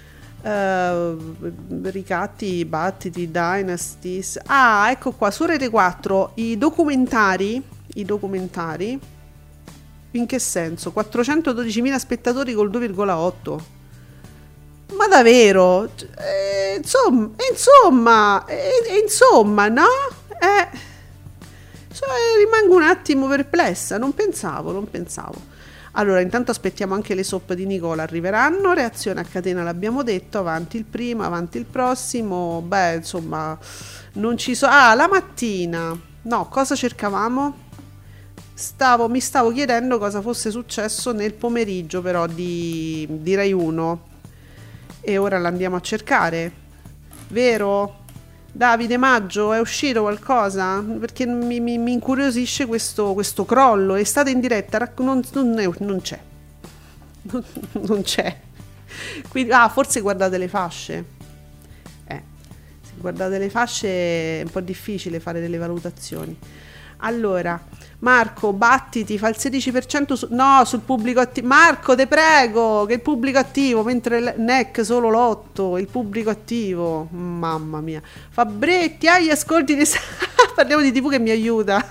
Uh, ricatti, battiti, dynasties. Ah, ecco qua, su Rete quattro i documentari, i documentari. In che senso? quattrocentododicimila spettatori col due virgola otto. Ma davvero? Eh, insomma, insomma, eh, insomma, no? Eh, cioè, rimango un attimo perplessa, non pensavo, non pensavo. Allora, intanto aspettiamo anche le soap di Nicola, arriveranno, reazione a catena l'abbiamo detto, avanti il primo, avanti il prossimo, beh, insomma, non ci so... Ah, la mattina, no, cosa cercavamo? Stavo, mi stavo chiedendo cosa fosse successo nel pomeriggio però di, di Rai uno, e ora l'andiamo a cercare, vero? Davide Maggio, è uscito qualcosa? Perché mi, mi, mi incuriosisce questo, questo crollo. È stata in diretta, rac- non, non, è, non c'è. Non, non c'è. Quindi, ah, forse guardate le fasce. Eh, se guardate le fasce è un po' difficile fare delle valutazioni. Allora, Marco, battiti, fa il sedici per cento su, no, sul pubblico attivo. Marco, te prego, che il pubblico attivo, mentre il N E C solo l'otto, il pubblico attivo. Mamma mia. Fabretti, ah, gli ascolti di... Parliamo di tivù che mi aiuta.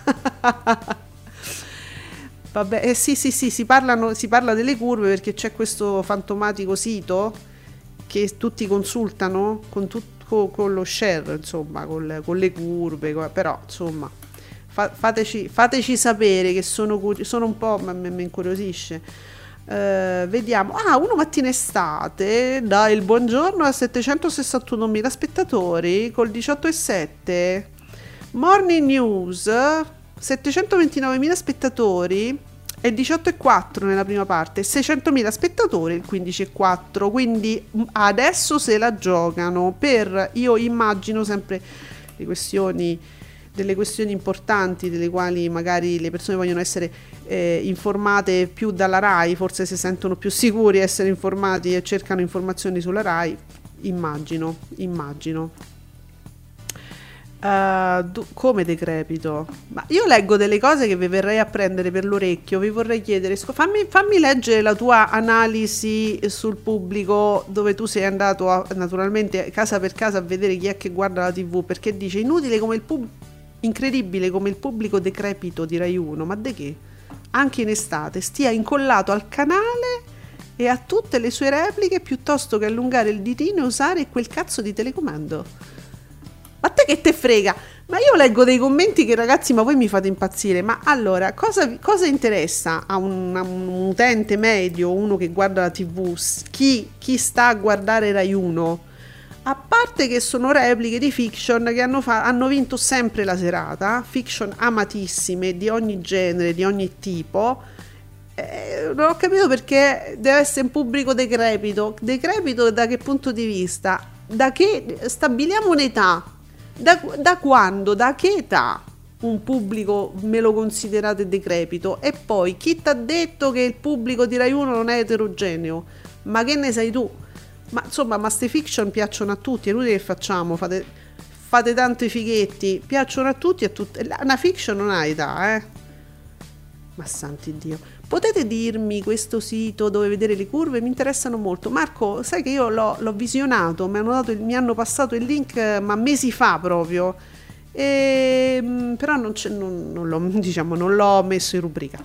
Vabbè, eh, sì, sì, sì, si, parlano, si parla delle curve perché c'è questo fantomatico sito che tutti consultano con, tut, con, con lo share, insomma, con le, con le curve, però, insomma... Fateci, fateci sapere che sono, sono un po', mi, mi incuriosisce. Uh, vediamo. Ah, uno mattina estate dà il buongiorno a settecentosessantunomila spettatori col diciotto virgola sette. Morning News settecentoventinovemila spettatori e diciotto virgola quattro nella prima parte, seicentomila spettatori il quindici virgola quattro. Quindi adesso se la giocano per, io immagino sempre le questioni delle questioni importanti delle quali magari le persone vogliono essere eh, informate più dalla Rai, forse si sentono più sicuri essere informati e cercano informazioni sulla Rai, immagino, immagino. Uh, du- come decrepito? Ma io leggo delle cose che vi verrei a prendere per l'orecchio, vi vorrei chiedere, sc- fammi, fammi leggere la tua analisi sul pubblico, dove tu sei andato a, naturalmente casa per casa a vedere chi è che guarda la tivù, perché dice inutile come il pubblico, incredibile come il pubblico decrepito di Rai uno, ma de che? Anche in estate stia incollato al canale e a tutte le sue repliche piuttosto che allungare il ditino e usare quel cazzo di telecomando. Ma te che te frega? Ma io leggo dei commenti che, ragazzi, ma voi mi fate impazzire. Ma allora, cosa, cosa interessa a un, a un utente medio, uno che guarda la tivù, chi, chi sta a guardare Rai uno? A parte che sono repliche di fiction che hanno, fa- hanno vinto sempre la serata, fiction amatissime di ogni genere, di ogni tipo, eh, non ho capito perché deve essere un pubblico decrepito. Decrepito da che punto di vista? Da che stabiliamo un'età? Da, da quando? Da che età un pubblico me lo considerate decrepito? E poi chi t'ha detto che il pubblico di Rai uno non è eterogeneo? Ma che ne sai tu? Ma insomma, ma ste fiction piacciono a tutti, è inutile che facciamo, fate, fate tanto i fighetti, piacciono a tutti, a tutte. Una fiction non ha età, eh? Ma santi Dio. Potete dirmi questo sito dove vedere le curve? Mi interessano molto. Marco, sai che io l'ho, l'ho visionato, mi hanno, dato il, mi hanno passato il link, ma mesi fa proprio, e, però non, c'è, non, non, l'ho, diciamo, non l'ho messo in rubrica.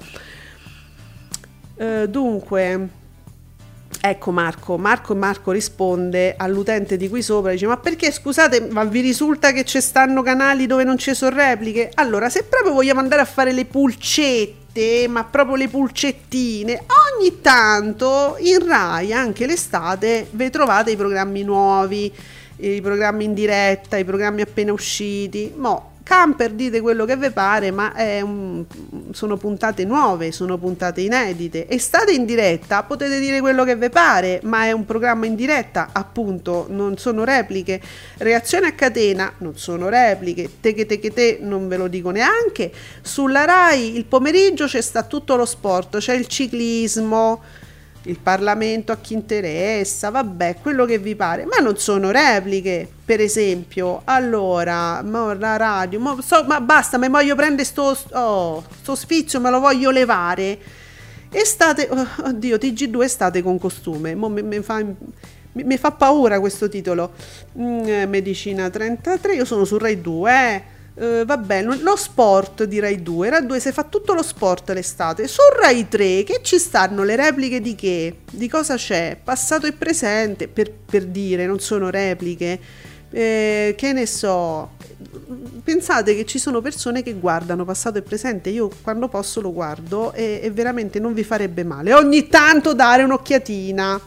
Uh, dunque... Ecco Marco, Marco Marco risponde all'utente di qui sopra, dice ma perché scusate, ma vi risulta che ci stanno canali dove non ci sono repliche? Allora, se proprio vogliamo andare a fare le pulcette, ma proprio le pulcettine, ogni tanto in Rai anche l'estate vi trovate i programmi nuovi, i programmi in diretta, i programmi appena usciti. Mo camper, dite quello che vi pare, ma è un, sono puntate nuove, sono puntate inedite. E state in diretta, potete dire quello che vi pare, ma è un programma in diretta, appunto, non sono repliche. Reazione a catena, non sono repliche. Te che te che te, non ve lo dico neanche. Sulla Rai il pomeriggio c'è sta tutto lo sport, c'è il ciclismo, il Parlamento a chi interessa, vabbè, quello che vi pare, ma non sono repliche. Per esempio, allora, mo la radio, mo, so, ma basta, mi voglio prendere sto, oh, sto sfizio, me lo voglio levare. Estate, oh, oddio, T G due estate con costume, mo mi, mi fa, mi, mi fa paura questo titolo. Mm, Medicina trentatré, io sono su Rai due, eh. Uh, va bene, lo sport di Rai due, Rai due si fa tutto lo sport l'estate. Su Rai tre che ci stanno le repliche di che? Di cosa c'è? Passato e presente, per, per dire, non sono repliche, eh, che ne so. Pensate che ci sono persone che guardano passato e presente, io quando posso lo guardo e, e veramente non vi farebbe male ogni tanto dare un'occhiatina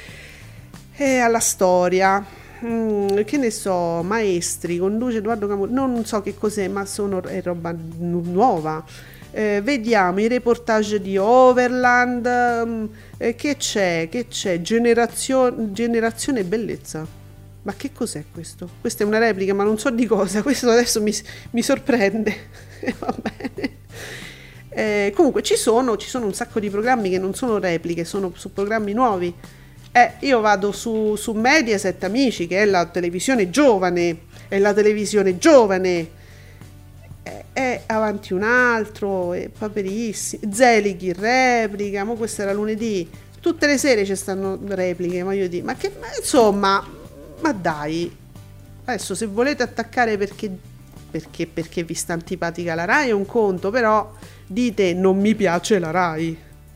e alla storia. Mm, che ne so, Maestri, conduce Edoardo Camurri, non so che cos'è, ma sono, è roba nu- nuova. Eh, vediamo i reportage di Overland. Mm, eh, che c'è? Che c'è? Generazio- generazione bellezza. Ma che cos'è questo? Questa è una replica, ma non so di cosa. Questo adesso mi, mi sorprende. Va bene. Eh, comunque ci sono, ci sono un sacco di programmi che non sono repliche, sono su programmi nuovi. Eh, io vado su, su Mediaset, amici, che è la televisione giovane, è la televisione giovane, è, è avanti un altro, è paperissimo, Zelig in replica, ma questo era lunedì, tutte le sere ci stanno repliche, ma io dico, ma che, ma insomma, ma dai, adesso se volete attaccare perché, perché, perché vi sta antipatica la Rai è un conto, però dite non mi piace la Rai,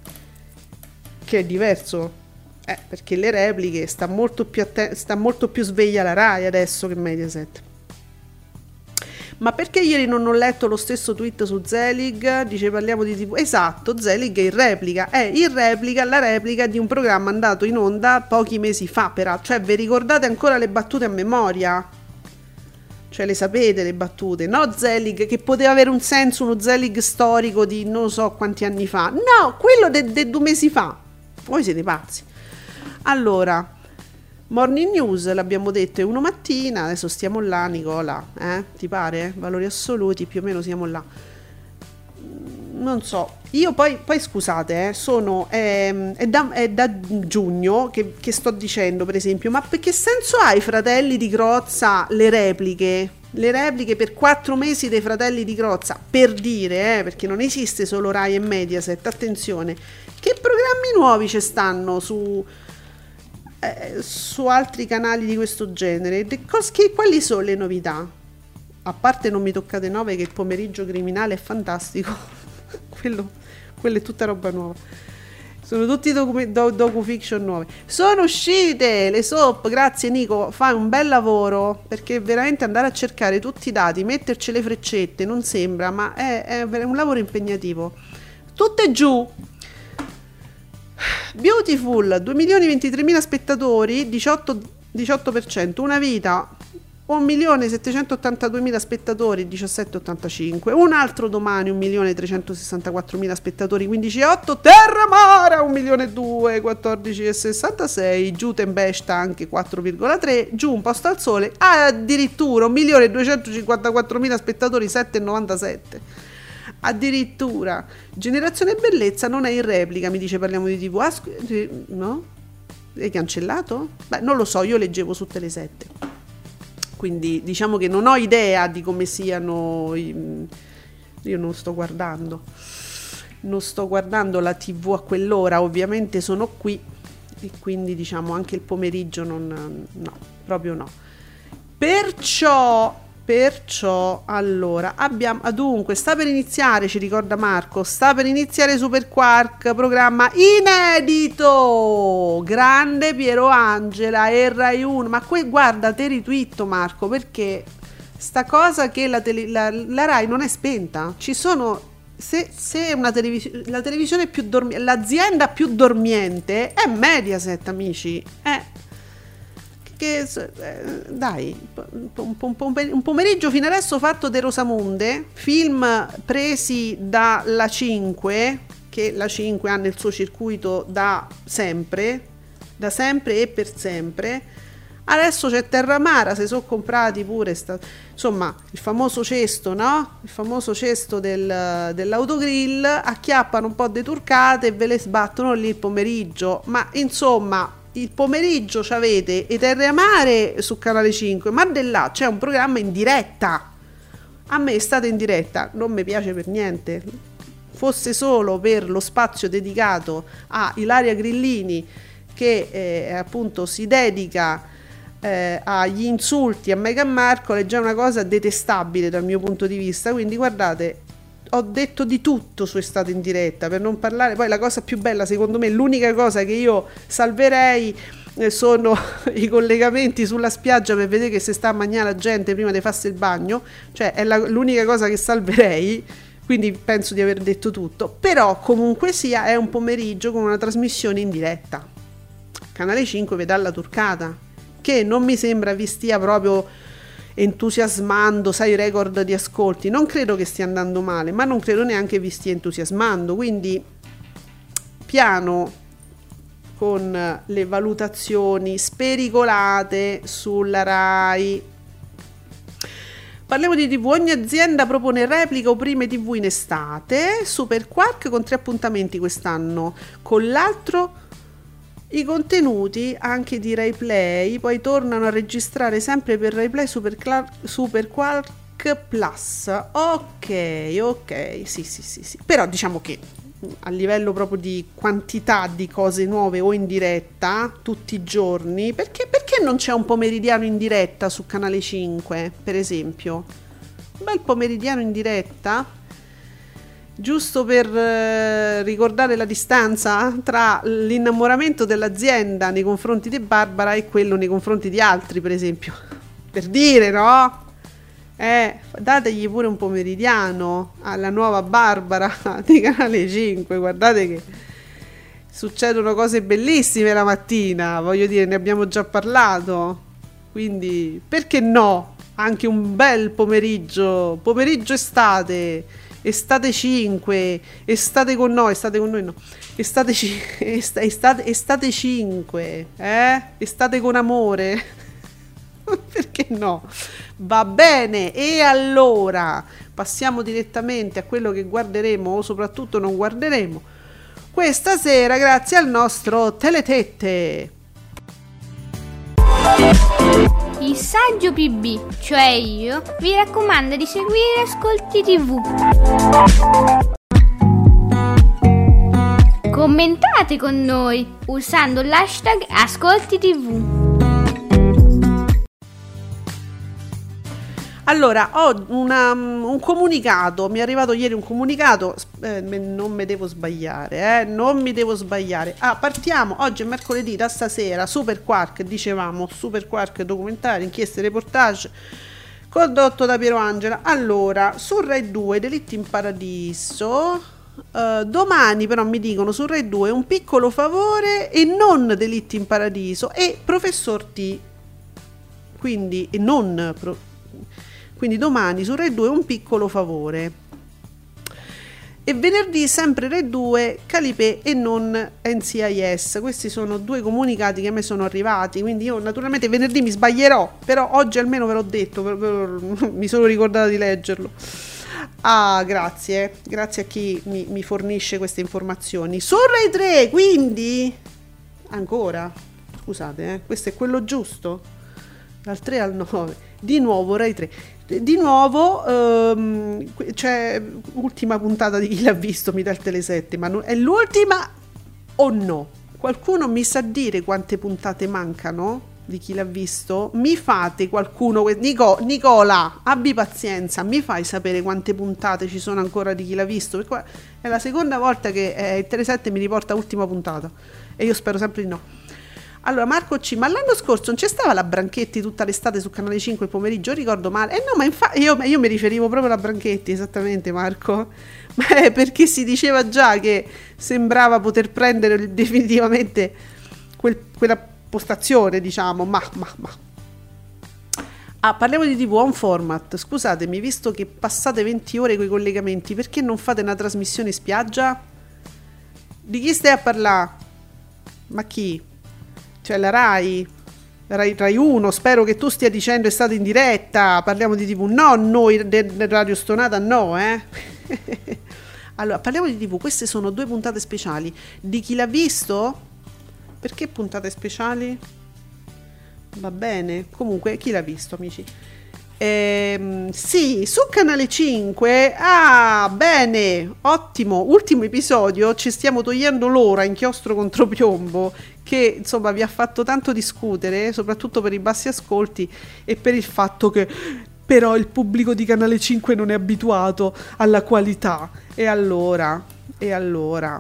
che è diverso. Eh, perché le repliche sta molto più atten- sta molto più sveglia la Rai adesso che Mediaset. Ma perché ieri non ho letto lo stesso tweet su Zelig? Dice parliamo di tivù. Esatto, Zelig è in replica. È in replica la replica di un programma andato in onda pochi mesi fa, peraltro. Cioè, vi ricordate ancora le battute a memoria? Cioè, le sapete le battute? No, Zelig, che poteva avere un senso, uno Zelig storico di non so quanti anni fa. No, quello de, de due mesi fa. Voi siete pazzi. Allora, Morning News, l'abbiamo detto, è uno mattina, adesso stiamo là, Nicola, eh? Ti pare? Valori assoluti, più o meno siamo là. Non so, io poi, poi scusate, eh, sono, eh, è, da, è da giugno che, che sto dicendo, per esempio, ma che senso ha i Fratelli di Crozza le repliche? Le repliche per quattro mesi dei Fratelli di Crozza, per dire, eh, perché non esiste solo Rai e Mediaset, attenzione, che programmi nuovi ci stanno su... su altri canali di questo genere? Che, quali sono le novità? A parte Non mi toccate nove, che il pomeriggio criminale è fantastico. quello, quello è tutta roba nuova, sono tutti docu, do, docu-fiction nuove. Sono uscite le soap, grazie Nico, fai un bel lavoro, perché veramente andare a cercare tutti i dati, metterci le freccette non sembra, ma è, è un lavoro impegnativo. Tutte giù. Beautiful, due milioni ventitremila spettatori, diciotto, diciotto per cento. Una vita, un milione settecentottantaduemila spettatori, diciassette virgola ottantacinque. Un altro Domani, un milione trecentosessantaquattromila spettatori, quindici virgola otto. Terra Mara, un milione due, quattordici virgola sessantasei. Jutenbesta anche quattro virgola tre. Giù un posto al sole, addirittura un milione duecentocinquantaquattromila spettatori, sette virgola novantasette. Addirittura Generazione Bellezza non è in replica, mi dice parliamo di tivù. Ah, no? È cancellato? Beh, non lo so, io leggevo su Telesette, quindi diciamo che non ho idea di come siano. Io non sto guardando non sto guardando la tivù a quell'ora, ovviamente sono qui e quindi diciamo anche il pomeriggio non, no, proprio no. Perciò Perciò, allora, abbiamo, dunque, sta per iniziare, ci ricorda Marco, sta per iniziare Super Quark, programma inedito, grande Piero Angela e Rai uno, ma qui guarda, te ritwitto Marco, perché sta cosa che la, tele, la, la Rai non è spenta, ci sono, se, se una televisione, la televisione più dormiente, l'azienda più dormiente è Mediaset, amici, è... Che, eh, dai, un, un, un pomeriggio fino adesso fatto de Rosamunde, film presi dalla cinque, che la cinque ha nel suo circuito da sempre, da sempre e per sempre. Adesso c'è Terramara, si sono comprati pure sta, insomma il famoso cesto, no? Il famoso cesto del, dell'autogrill, acchiappano un po' de turcate e ve le sbattono lì il pomeriggio, ma insomma il pomeriggio c'avete i Terramare su Canale cinque, ma di là c'è un programma in diretta. A me Estate in diretta non mi piace per niente, fosse solo per lo spazio dedicato a Ilaria Grillini che eh, appunto si dedica eh, agli insulti a Meghan Markle è già una cosa detestabile dal mio punto di vista, quindi guardate, ho detto di tutto su Estate in diretta, per non parlare, poi la cosa più bella secondo me, l'unica cosa che io salverei eh, sono i collegamenti sulla spiaggia per vedere che si sta a mangiare la gente prima di farsi il bagno, cioè è la, l'unica cosa che salverei, quindi penso di aver detto tutto, però comunque sia è un pomeriggio con una trasmissione in diretta, Canale cinque vede alla turcata, che non mi sembra vi stia proprio entusiasmando, sai, record di ascolti, non credo che stia andando male, ma non credo neanche vi stia entusiasmando, quindi piano con le valutazioni spericolate sulla Rai. Parliamo di tivù, ogni azienda propone replica o prime tivù in estate, Super Quark con tre appuntamenti quest'anno, con l'altro i contenuti anche di Rai Play poi tornano a registrare sempre per Rai Play Super, Cla- Super Quark Plus. Ok, ok, sì, sì, sì, sì. Però diciamo che a livello proprio di quantità di cose nuove o in diretta tutti i giorni, perché, perché non c'è un pomeridiano in diretta su Canale cinque, per esempio? Un bel pomeridiano in diretta? Giusto per eh, ricordare la distanza tra l'innamoramento dell'azienda nei confronti di Barbara e quello nei confronti di altri, per esempio. Per dire, no? Eh, dategli pure un pomeridiano alla nuova Barbara di Canale cinque, guardate che succedono cose bellissime la mattina, voglio dire, ne abbiamo già parlato, quindi perché no? Anche un bel pomeriggio, pomeriggio estate, Estate cinque, estate con noi, estate con noi no, estate, estate, estate cinque, eh? Estate con amore, perché no? Va bene, e allora passiamo direttamente a quello che guarderemo o soprattutto non guarderemo questa sera grazie al nostro Teletette. Il saggio P B, cioè io, vi raccomanda di seguire Ascolti tivù. Commentate con noi usando l'hashtag Ascolti tivù. Allora, ho una, un comunicato, mi è arrivato ieri un comunicato, eh, non mi devo sbagliare, eh, non mi devo sbagliare. Ah, partiamo, oggi è mercoledì, da stasera, Super Quark, dicevamo, Super Quark documentario, inchieste, reportage, condotto da Piero Angela. Allora, su Rai due, Delitti in Paradiso, eh, domani però mi dicono su Rai due Un piccolo favore e non Delitti in Paradiso e Professor T, quindi, e non... Pro, quindi domani su Rai due Un piccolo favore e venerdì sempre Rai due Calipè e non N C I S. Questi sono due comunicati che a me sono arrivati, quindi io naturalmente venerdì mi sbaglierò, però oggi almeno ve l'ho detto, per, per, mi sono ricordata di leggerlo. Ah, grazie grazie a chi mi, mi fornisce queste informazioni. Su Rai tre quindi ancora, scusate, eh, questo è quello giusto, dal tre al nove, di nuovo Rai tre. Di nuovo ehm, c'è ultima puntata di Chi l'ha visto, mi dà il Telesette, ma non, è l'ultima o no? Qualcuno mi sa dire quante puntate mancano di Chi l'ha visto? Mi fate qualcuno, Nico, Nicola, abbi pazienza, mi fai sapere quante puntate ci sono ancora di Chi l'ha visto? Perché è la seconda volta che eh, il Telesette mi riporta ultima puntata e io spero sempre di no. Allora, Marco C, ma l'anno scorso non c'è stava la Branchetti tutta l'estate su Canale cinque il pomeriggio? Ricordo male. Eh no, ma infatti io, io mi riferivo proprio alla Branchetti, esattamente, Marco. Ma è perché si diceva già che sembrava poter prendere definitivamente quel, quella postazione, diciamo, ma, ma, ma. Ah, parliamo di tivù, on format. Scusatemi, visto che passate venti ore con i collegamenti, perché non fate una trasmissione in spiaggia? Di chi stai a parlare? Ma chi? Cioè la Rai, Rai, Rai uno, spero che tu stia dicendo Estate in diretta, parliamo di tivù, no, noi del Radio Stonata no, eh. Allora, parliamo di tivù, queste sono due puntate speciali. Di Chi l'ha visto? Perché puntate speciali? Va bene, comunque Chi l'ha visto, amici? Ehm, sì, su Canale cinque, ah, bene, ottimo, ultimo episodio, ci stiamo togliendo l'ora, inchiostro contro piombo, che insomma vi ha fatto tanto discutere, soprattutto per i bassi ascolti e per il fatto che però il pubblico di Canale cinque non è abituato alla qualità. E allora, e allora...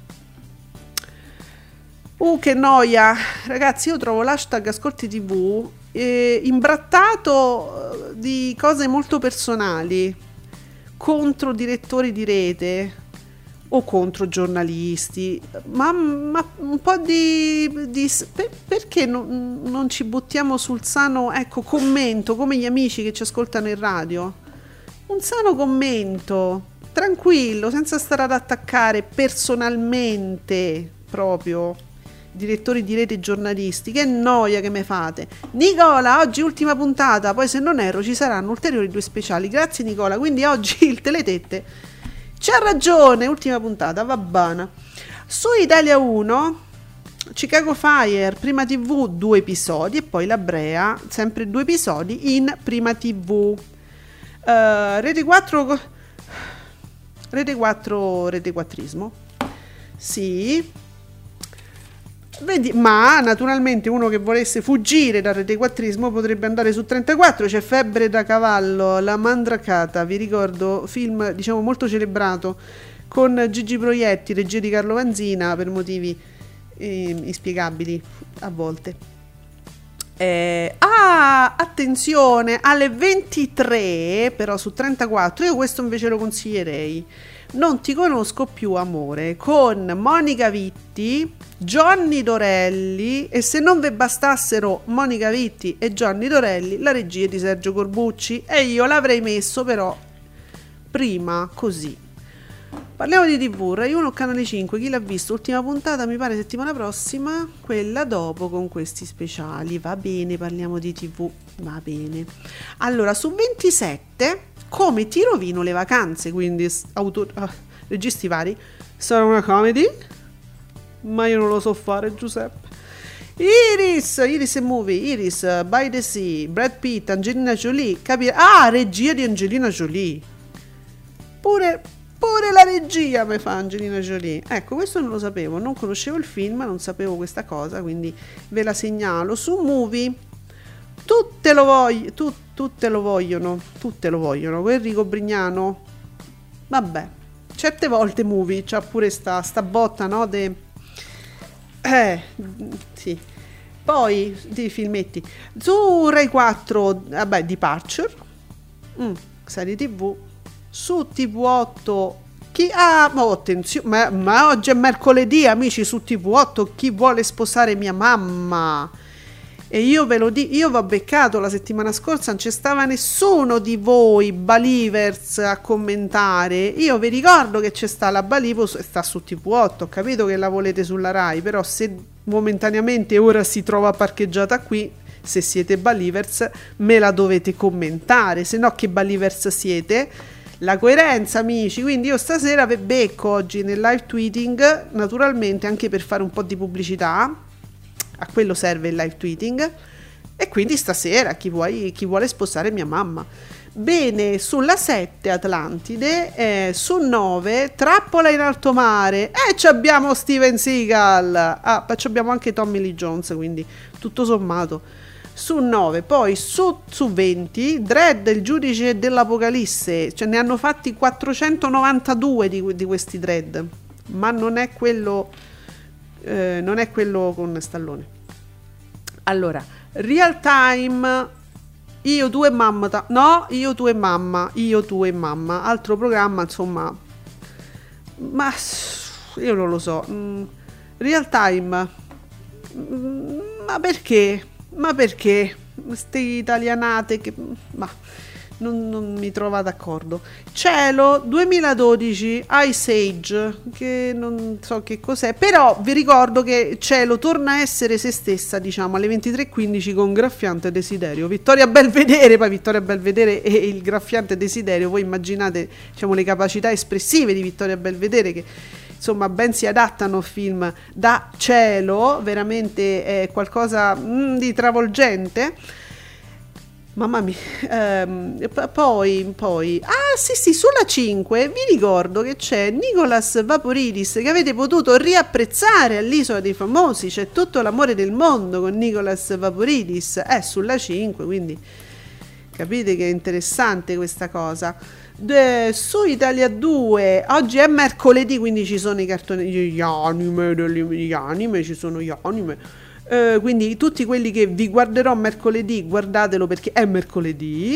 Uh, che noia! Ragazzi, io trovo l'hashtag Ascolti tivù eh, imbrattato di cose molto personali contro direttori di rete o contro giornalisti, ma, ma un po' di... di per, perché non, non ci buttiamo sul sano, ecco, commento, come gli amici che ci ascoltano in radio? Un sano commento, tranquillo, senza stare ad attaccare personalmente proprio direttori di rete e giornalisti. Che noia che me fate. Nicola, oggi ultima puntata, poi se non erro ci saranno ulteriori due speciali. Grazie Nicola, quindi oggi il Teletette c'ha ragione, ultima puntata, va bene. Su Italia uno, Chicago Fire, Prima tivù, due episodi, e poi La Brea, sempre due episodi in Prima tivù. Uh, Rete quattro, Rete quattro, Rete quattrismo, sì. Vedi, ma naturalmente uno che volesse fuggire dal retequattrismo potrebbe andare su trentaquattro, c'è Febbre da cavallo, La Mandracata, vi ricordo, film diciamo molto celebrato con Gigi Proietti, regia di Carlo Vanzina per motivi eh, inspiegabili a volte. Eh, ah, attenzione, alle ventitré però su trentaquattro, io questo invece lo consiglierei, Non ti conosco più amore, con Monica Vitti, Johnny Dorelli, e se non vi bastassero Monica Vitti e Johnny Dorelli, la regia di Sergio Corbucci, e io l'avrei messo però prima, così. Parliamo di tivù, Rai uno, Canale cinque, chi l'ha visto? Ultima puntata, mi pare settimana prossima, quella dopo con questi speciali, va bene, parliamo di tivù, va bene. Allora, su ventisette, Come ti rovino le vacanze, quindi autor- uh, registi vari, sarà una comedy? Ma io non lo so fare, Giuseppe. Iris, Iris e Movie, Iris, uh, By the Sea, Brad Pitt, Angelina Jolie, capi- ah, regia di Angelina Jolie. Pure, pure la regia mi fa Angelina Jolie. Ecco, questo non lo sapevo, non conoscevo il film, non sapevo questa cosa, quindi ve la segnalo. Su Movie, tutte lo voglio, tu, tutte lo vogliono, tutte lo vogliono. Enrico Brignano, vabbè, certe volte Movie c'ha pure sta, sta botta, no? De, eh, sì. Poi di filmetti su Rai quattro, vabbè, Departure, mm, serie tivù. Su tivù otto, chi ah, ma attenzione, ma, ma oggi è mercoledì, amici, su tivù otto Chi vuole sposare mia mamma. E io ve lo dico, io l'ho beccato la settimana scorsa, non c'è stava nessuno di voi believers a commentare. Io vi ricordo che c'è sta la Balivo, sta su tivù otto, ho capito che la volete sulla Rai, però se momentaneamente ora si trova parcheggiata qui, se siete believers me la dovete commentare, se no che believers siete? La coerenza, amici. Quindi io stasera vi becco oggi nel live tweeting, naturalmente anche per fare un po' di pubblicità, a quello serve il live tweeting, e quindi stasera chi, vuoi, chi vuole sposare mia mamma. Bene, sulla sette Atlantide, eh, su nove Trappola in alto mare, e ci abbiamo Steven Seagal, ah, ci abbiamo anche Tommy Lee Jones, quindi tutto sommato su nove. Poi su, su venti Dredd, il giudice dell'Apocalisse, cioè ne hanno fatti quattrocentonovantadue di, di questi Dredd, ma non è quello eh, non è quello con Stallone. Allora, Real Time, Io, tu e mamma ta- no, Io, tu e mamma, Io, tu e mamma, altro programma, insomma, ma io non lo so. mm, Real Time, mm, ma perché? Ma perché? Queste italianate che... ma non, non mi trova d'accordo. Cielo duemiladodici, Ice Age, che non so che cos'è, però vi ricordo che Cielo torna a essere se stessa, diciamo, alle ventitré e quindici con Graffiante Desiderio. Vittoria Belvedere, poi Vittoria Belvedere e il Graffiante Desiderio, voi immaginate, diciamo, le capacità espressive di Vittoria Belvedere, che insomma ben si adattano a film da Cielo, veramente è qualcosa mm, di travolgente. Mamma mia, ehm, p- poi, poi, ah sì sì, sulla cinque vi ricordo che c'è Nicolas Vaporidis che avete potuto riapprezzare all'Isola dei Famosi, c'è tutto l'amore del mondo con Nicolas Vaporidis, è sulla cinque, quindi capite che è interessante questa cosa. De, su Italia due, oggi è mercoledì, quindi ci sono i cartoni, gli anime, gli anime, ci sono gli anime. Uh, quindi tutti quelli che vi guarderò mercoledì, guardatelo perché è mercoledì.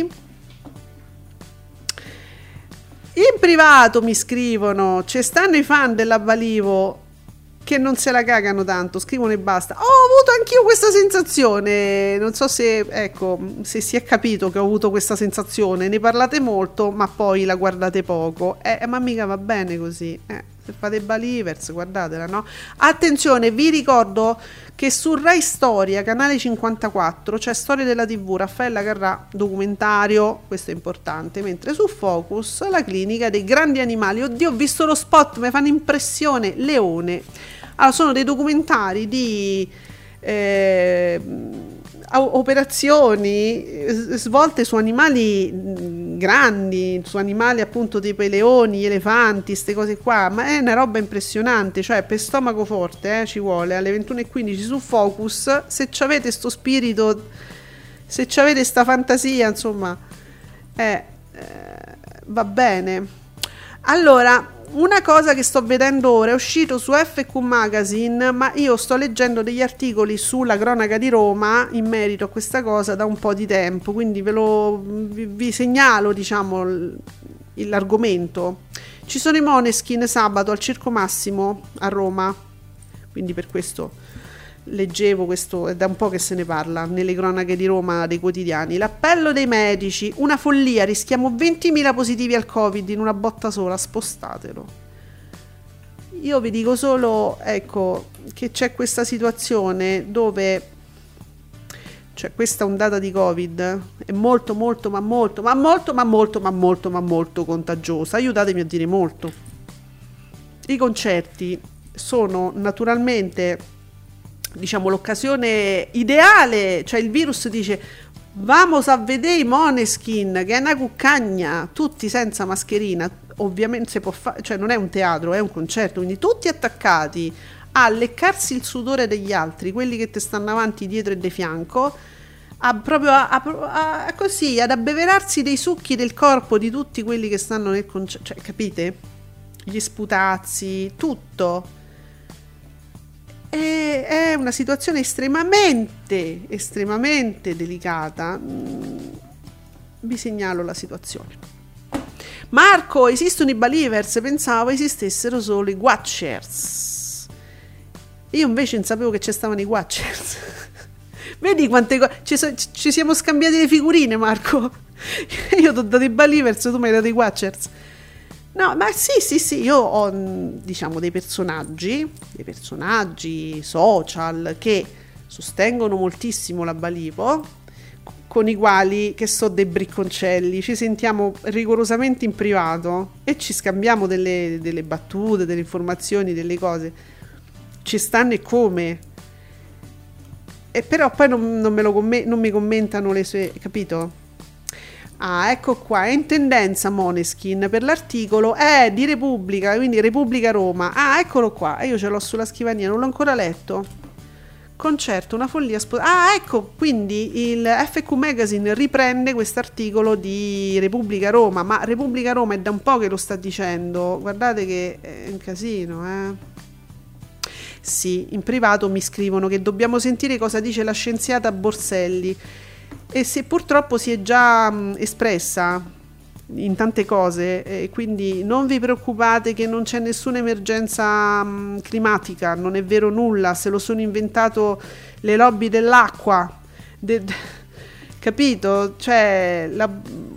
In privato mi scrivono, ci stanno i fan dell'Avvalivo che non se la cagano tanto, scrivono e basta. Ho avuto anch'io questa sensazione, non so se, ecco, se si è capito che ho avuto questa sensazione, ne parlate molto ma poi la guardate poco, eh, ma mica va bene così, eh, se fate Believers guardatela, no? Attenzione, vi ricordo che su Rai Storia, canale cinquantaquattro, c'è Storia della tivù, Raffaella Carrà, documentario, questo è importante, mentre su Focus, la clinica dei grandi animali. Oddio, ho visto lo spot, mi fanno impressione, Leone. Allora, sono dei documentari di eh, operazioni svolte su animali grandi, su animali appunto tipo i leoni, gli elefanti, queste cose qua, ma è una roba impressionante, cioè per stomaco forte eh, ci vuole, alle ventuno e quindici su Focus, se c'avete sto spirito, se c'avete sta fantasia, insomma, eh, eh, va bene. Allora, una cosa che sto vedendo ora, è uscito su F Q Magazine, ma io sto leggendo degli articoli sulla cronaca di Roma in merito a questa cosa da un po' di tempo, quindi ve lo vi, vi segnalo, diciamo, l, l'argomento. Ci sono i Måneskin sabato al Circo Massimo a Roma, quindi per questo leggevo questo, è da un po' che se ne parla nelle cronache di Roma dei quotidiani. L'appello dei medici, una follia, rischiamo ventimila positivi al Covid in una botta sola, spostatelo. Io vi dico solo, ecco, che c'è questa situazione dove, cioè, questa ondata di Covid è molto molto ma molto ma molto ma molto ma molto ma molto contagiosa, aiutatemi a dire molto. I concerti sono naturalmente, diciamo, l'occasione ideale, cioè il virus dice vamos a vedere i Måneskin, che è una cuccagna, tutti senza mascherina, ovviamente si può fare, cioè non è un teatro, è un concerto, quindi tutti attaccati a leccarsi il sudore degli altri, quelli che ti stanno avanti, dietro e di fianco, a proprio a, a, a così, ad abbeverarsi dei succhi del corpo di tutti quelli che stanno nel concerto, cioè, capite? Gli sputazzi, tutto. È una situazione estremamente, estremamente delicata. Vi segnalo la situazione. Marco, esistono i Believers? Pensavo esistessero solo i Watchers. Io invece non sapevo che ci stavano i Watchers. Vedi quante cose. Ci, so, ci siamo scambiati le figurine, Marco. Io ti ho dato i Believers, tu mi hai dato i Watchers. No, ma sì, sì, sì, io ho, diciamo, dei personaggi, dei personaggi social che sostengono moltissimo la Balivo, con i quali, che so, dei bricconcelli, ci sentiamo rigorosamente in privato e ci scambiamo delle, delle battute, delle informazioni, delle cose. Ci stanno e come. E però poi non, non, me lo comm- non mi commentano le sue, capito? Ah, ecco qua, è in tendenza Måneskin per l'articolo, è di Repubblica, quindi Repubblica Roma. Ah, eccolo qua, io ce l'ho sulla scrivania, non l'ho ancora letto. Concerto, una follia spos- Ah, ecco, quindi il F Q Magazine riprende quest'articolo di Repubblica Roma, ma Repubblica Roma è da un po' che lo sta dicendo, guardate che è un casino, eh. Sì, in privato mi scrivono che dobbiamo sentire cosa dice la scienziata Borselli, e se purtroppo si è già mh, espressa in tante cose, e quindi non vi preoccupate che non c'è nessuna emergenza mh, climatica, non è vero nulla, se lo sono inventato le lobby dell'acqua, de, de, capito? Cioè la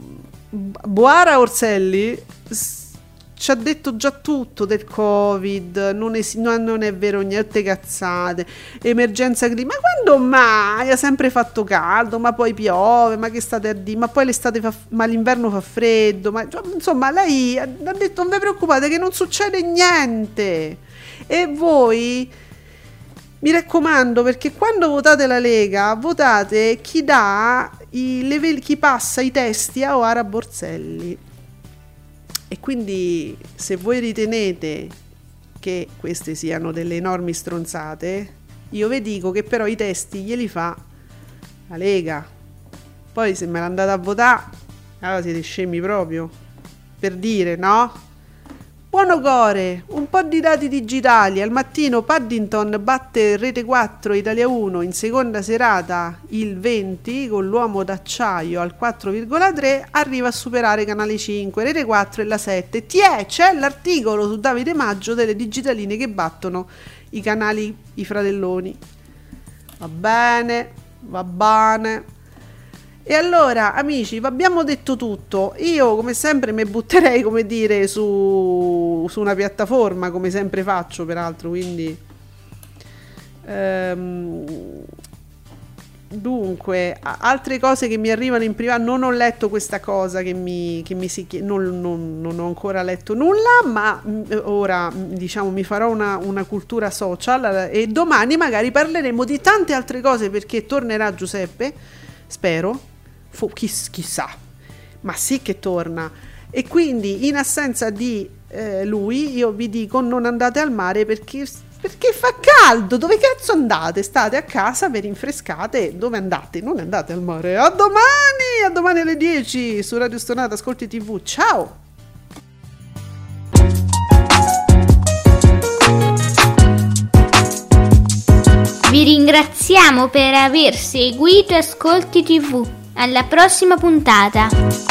Boara Orselli s- ci ha detto già tutto del Covid, non è, non è vero niente, cazzate, emergenza clima, ma quando mai? Ha sempre fatto caldo, ma poi piove, ma che state a dire, ma poi l'estate fa, ma l'inverno fa freddo, ma insomma lei ha detto non vi preoccupate che non succede niente, e voi mi raccomando, perché quando votate la Lega votate chi dà i level, chi passa i testi a Oara Borselli, e quindi se voi ritenete che queste siano delle enormi stronzate, io vi dico che però i testi glieli fa la Lega. Poi se me l'andate a votare, allora siete scemi proprio, per dire, no? Buono core, un po' di dati digitali. Al mattino Paddington batte Rete quattro Italia uno in seconda serata il venti con l'uomo d'acciaio al quattro virgola tre, arriva a superare Canale cinque, Rete quattro e la sette. Tiè, c'è l'articolo su Davide Maggio delle digitaline che battono i canali, i fratelloni. Va bene, va bene. E allora, amici, abbiamo detto tutto. Io, come sempre, mi butterei, come dire, su, su una piattaforma, come sempre faccio, peraltro, quindi... Ehm, dunque, altre cose che mi arrivano in privato. Non ho letto questa cosa che mi, che mi si chiede, non, non, non ho ancora letto nulla, ma ora, diciamo, mi farò una, una cultura social e domani magari parleremo di tante altre cose, perché tornerà Giuseppe, spero. Fu, chiss, chissà, ma sì che torna, e quindi in assenza di eh, lui io vi dico non andate al mare perché, perché fa caldo. Dove cazzo andate? State a casa, vi rinfrescate. Dove andate? Non andate al mare. A domani, a domani alle dieci su Radio Stonata Ascolti tivù. Ciao. Vi ringraziamo per aver seguito Ascolti tivù. Alla prossima puntata!